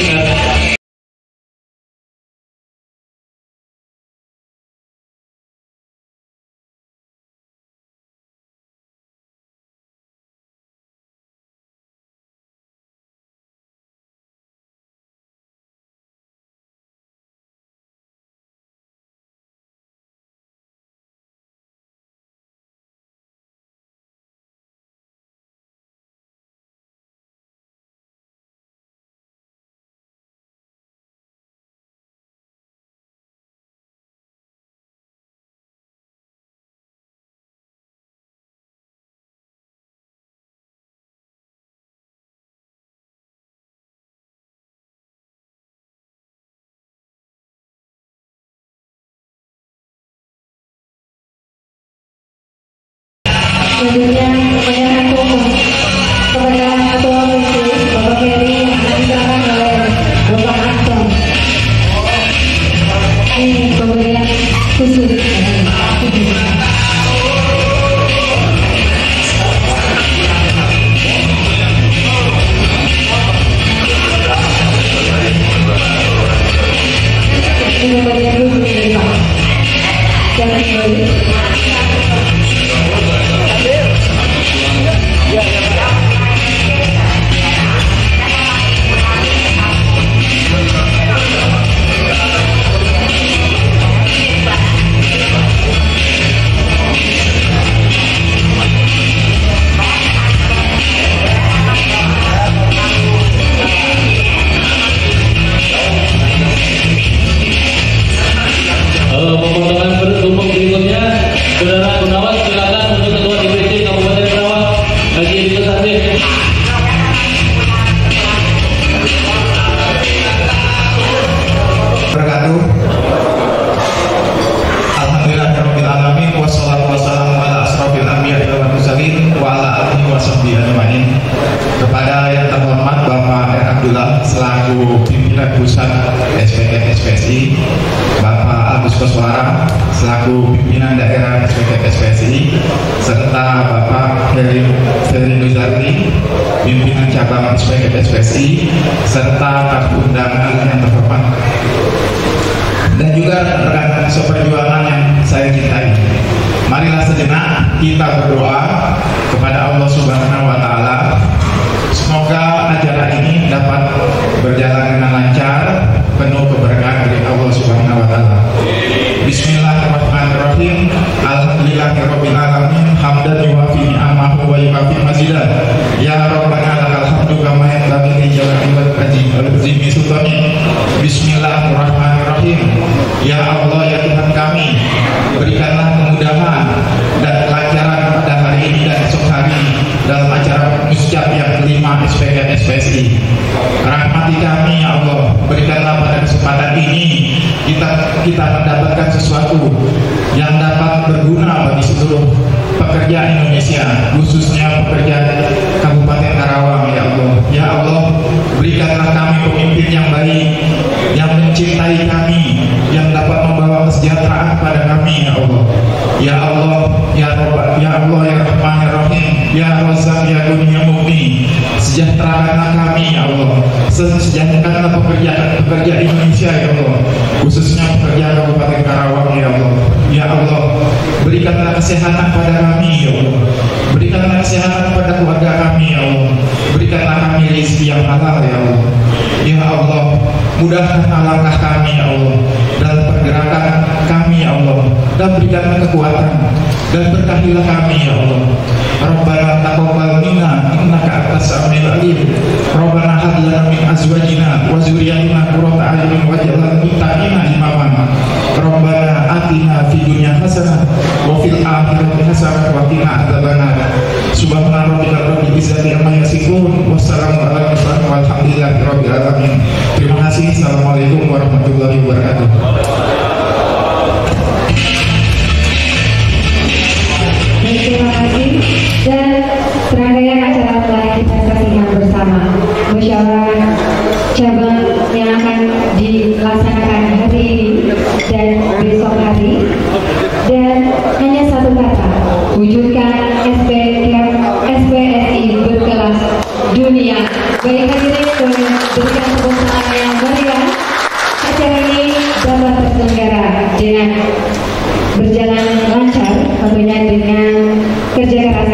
Selanjutnya penyerahan umum kepada Ketua Komisi Bapak Ferry yang akan diserahkan oleh Bapak Anton. Ini pemberian khusus. Ini pemberian khusus dari Pak. Jangan kembali. Pemotongan bertumpuk berikutnya, Saudara Gunawan, silakan untuk Ketua DPC Kabupaten Karawang, Haji Edi Kesatih. Berkatuh. Alhamdulillahirabbil alamin wassalatu wassalamu ala asrofil anbiya'i wal mursalin wa ala alihi washabbihi ajmain. Kepada yang terhormat Bapak R. Abdullah selaku pimpinan pusat SPK SPSI, Bapak Agus Koswara selaku pimpinan daerah SPK SPSI, serta Bapak Ferry Nuzardi pimpinan cabang SPK SPSI, serta tamu undangan yang terhormat dan juga rekan seperjuangan yang saya cintai. Marilah sejenak kita berdoa kepada Allah Subhanahu wa taala. Semoga acara ini dapat berjalan dengan lancar, penuh keberkahan dari Allah Subhanahu wa taala. Bismillahirrahmanirrahim. Alhamdulillahirabbil alamin. Hamdan yuwafi ni'amahu wa yukafi mazidah. Ya Rabbana lakal hamdu kama yanbaghi li jalali wajhi sultani. Bismillahirrahmanirrahim. Ya Allah, ya Tuhan kami, berikanlah kemudahan dan kelancaran pada hari ini dan esok hari dalam acara musjab yang kelima SPK SPSI. Rahmati kami ya Allah, berikanlah pada kesempatan ini kita mendapatkan sesuatu yang dapat berguna bagi seluruh pekerja Indonesia, khususnya pekerja Kabupaten Karawang ya Allah. Ya Allah, berikanlah kami pemimpin yang baik, yang mencintai kami, yang dapat membawa kesejahteraan pada kami ya Allah. Ya Allah, ya Rabb, ya Allah, ya Rahmanir Rahim, ya Razzaq, ya Ghani, ya Mughni, sejahterakanlah kami ya Allah. Sejahterakanlah pekerja Indonesia ya Allah, khususnya pekerja Kabupaten Karawang ya Allah. Ya Allah, berikanlah kesehatan pada kami ya Allah. Berikanlah kesehatan pada keluarga kami ya Allah. Berikanlah kami rezeki yang halal ya Allah. Ya Allah, mudahkanlah langkah kami ya Allah dalam pergerakan kami ya Allah, dan berikanlah kekuatan dan berkahilah kami ya Allah. Rabbana taqabbal minna innaka antas samiul alim. Rabbana hab lana min azwajina wa dzurriyyatina qurrata a'yunin waj'alna lil muttaqina imama. Rabbana atina fid dunya hasanah wa fil akhirati hasanah wa qina adzabannar. Subhana rabbika rabbil izzati amma yasifun, wassalamu ala mursalin walhamdulillahi rabbil alamin. Terima kasih. Assalamualaikum warahmatullahi wabarakatuh. Terima kasih. Dan serangkaian acara telah kita saksikan bersama. Musyawarah cabang yang akan dilaksanakan hari ini dan besok hari berjalan lancar tentunya dengan kerja keras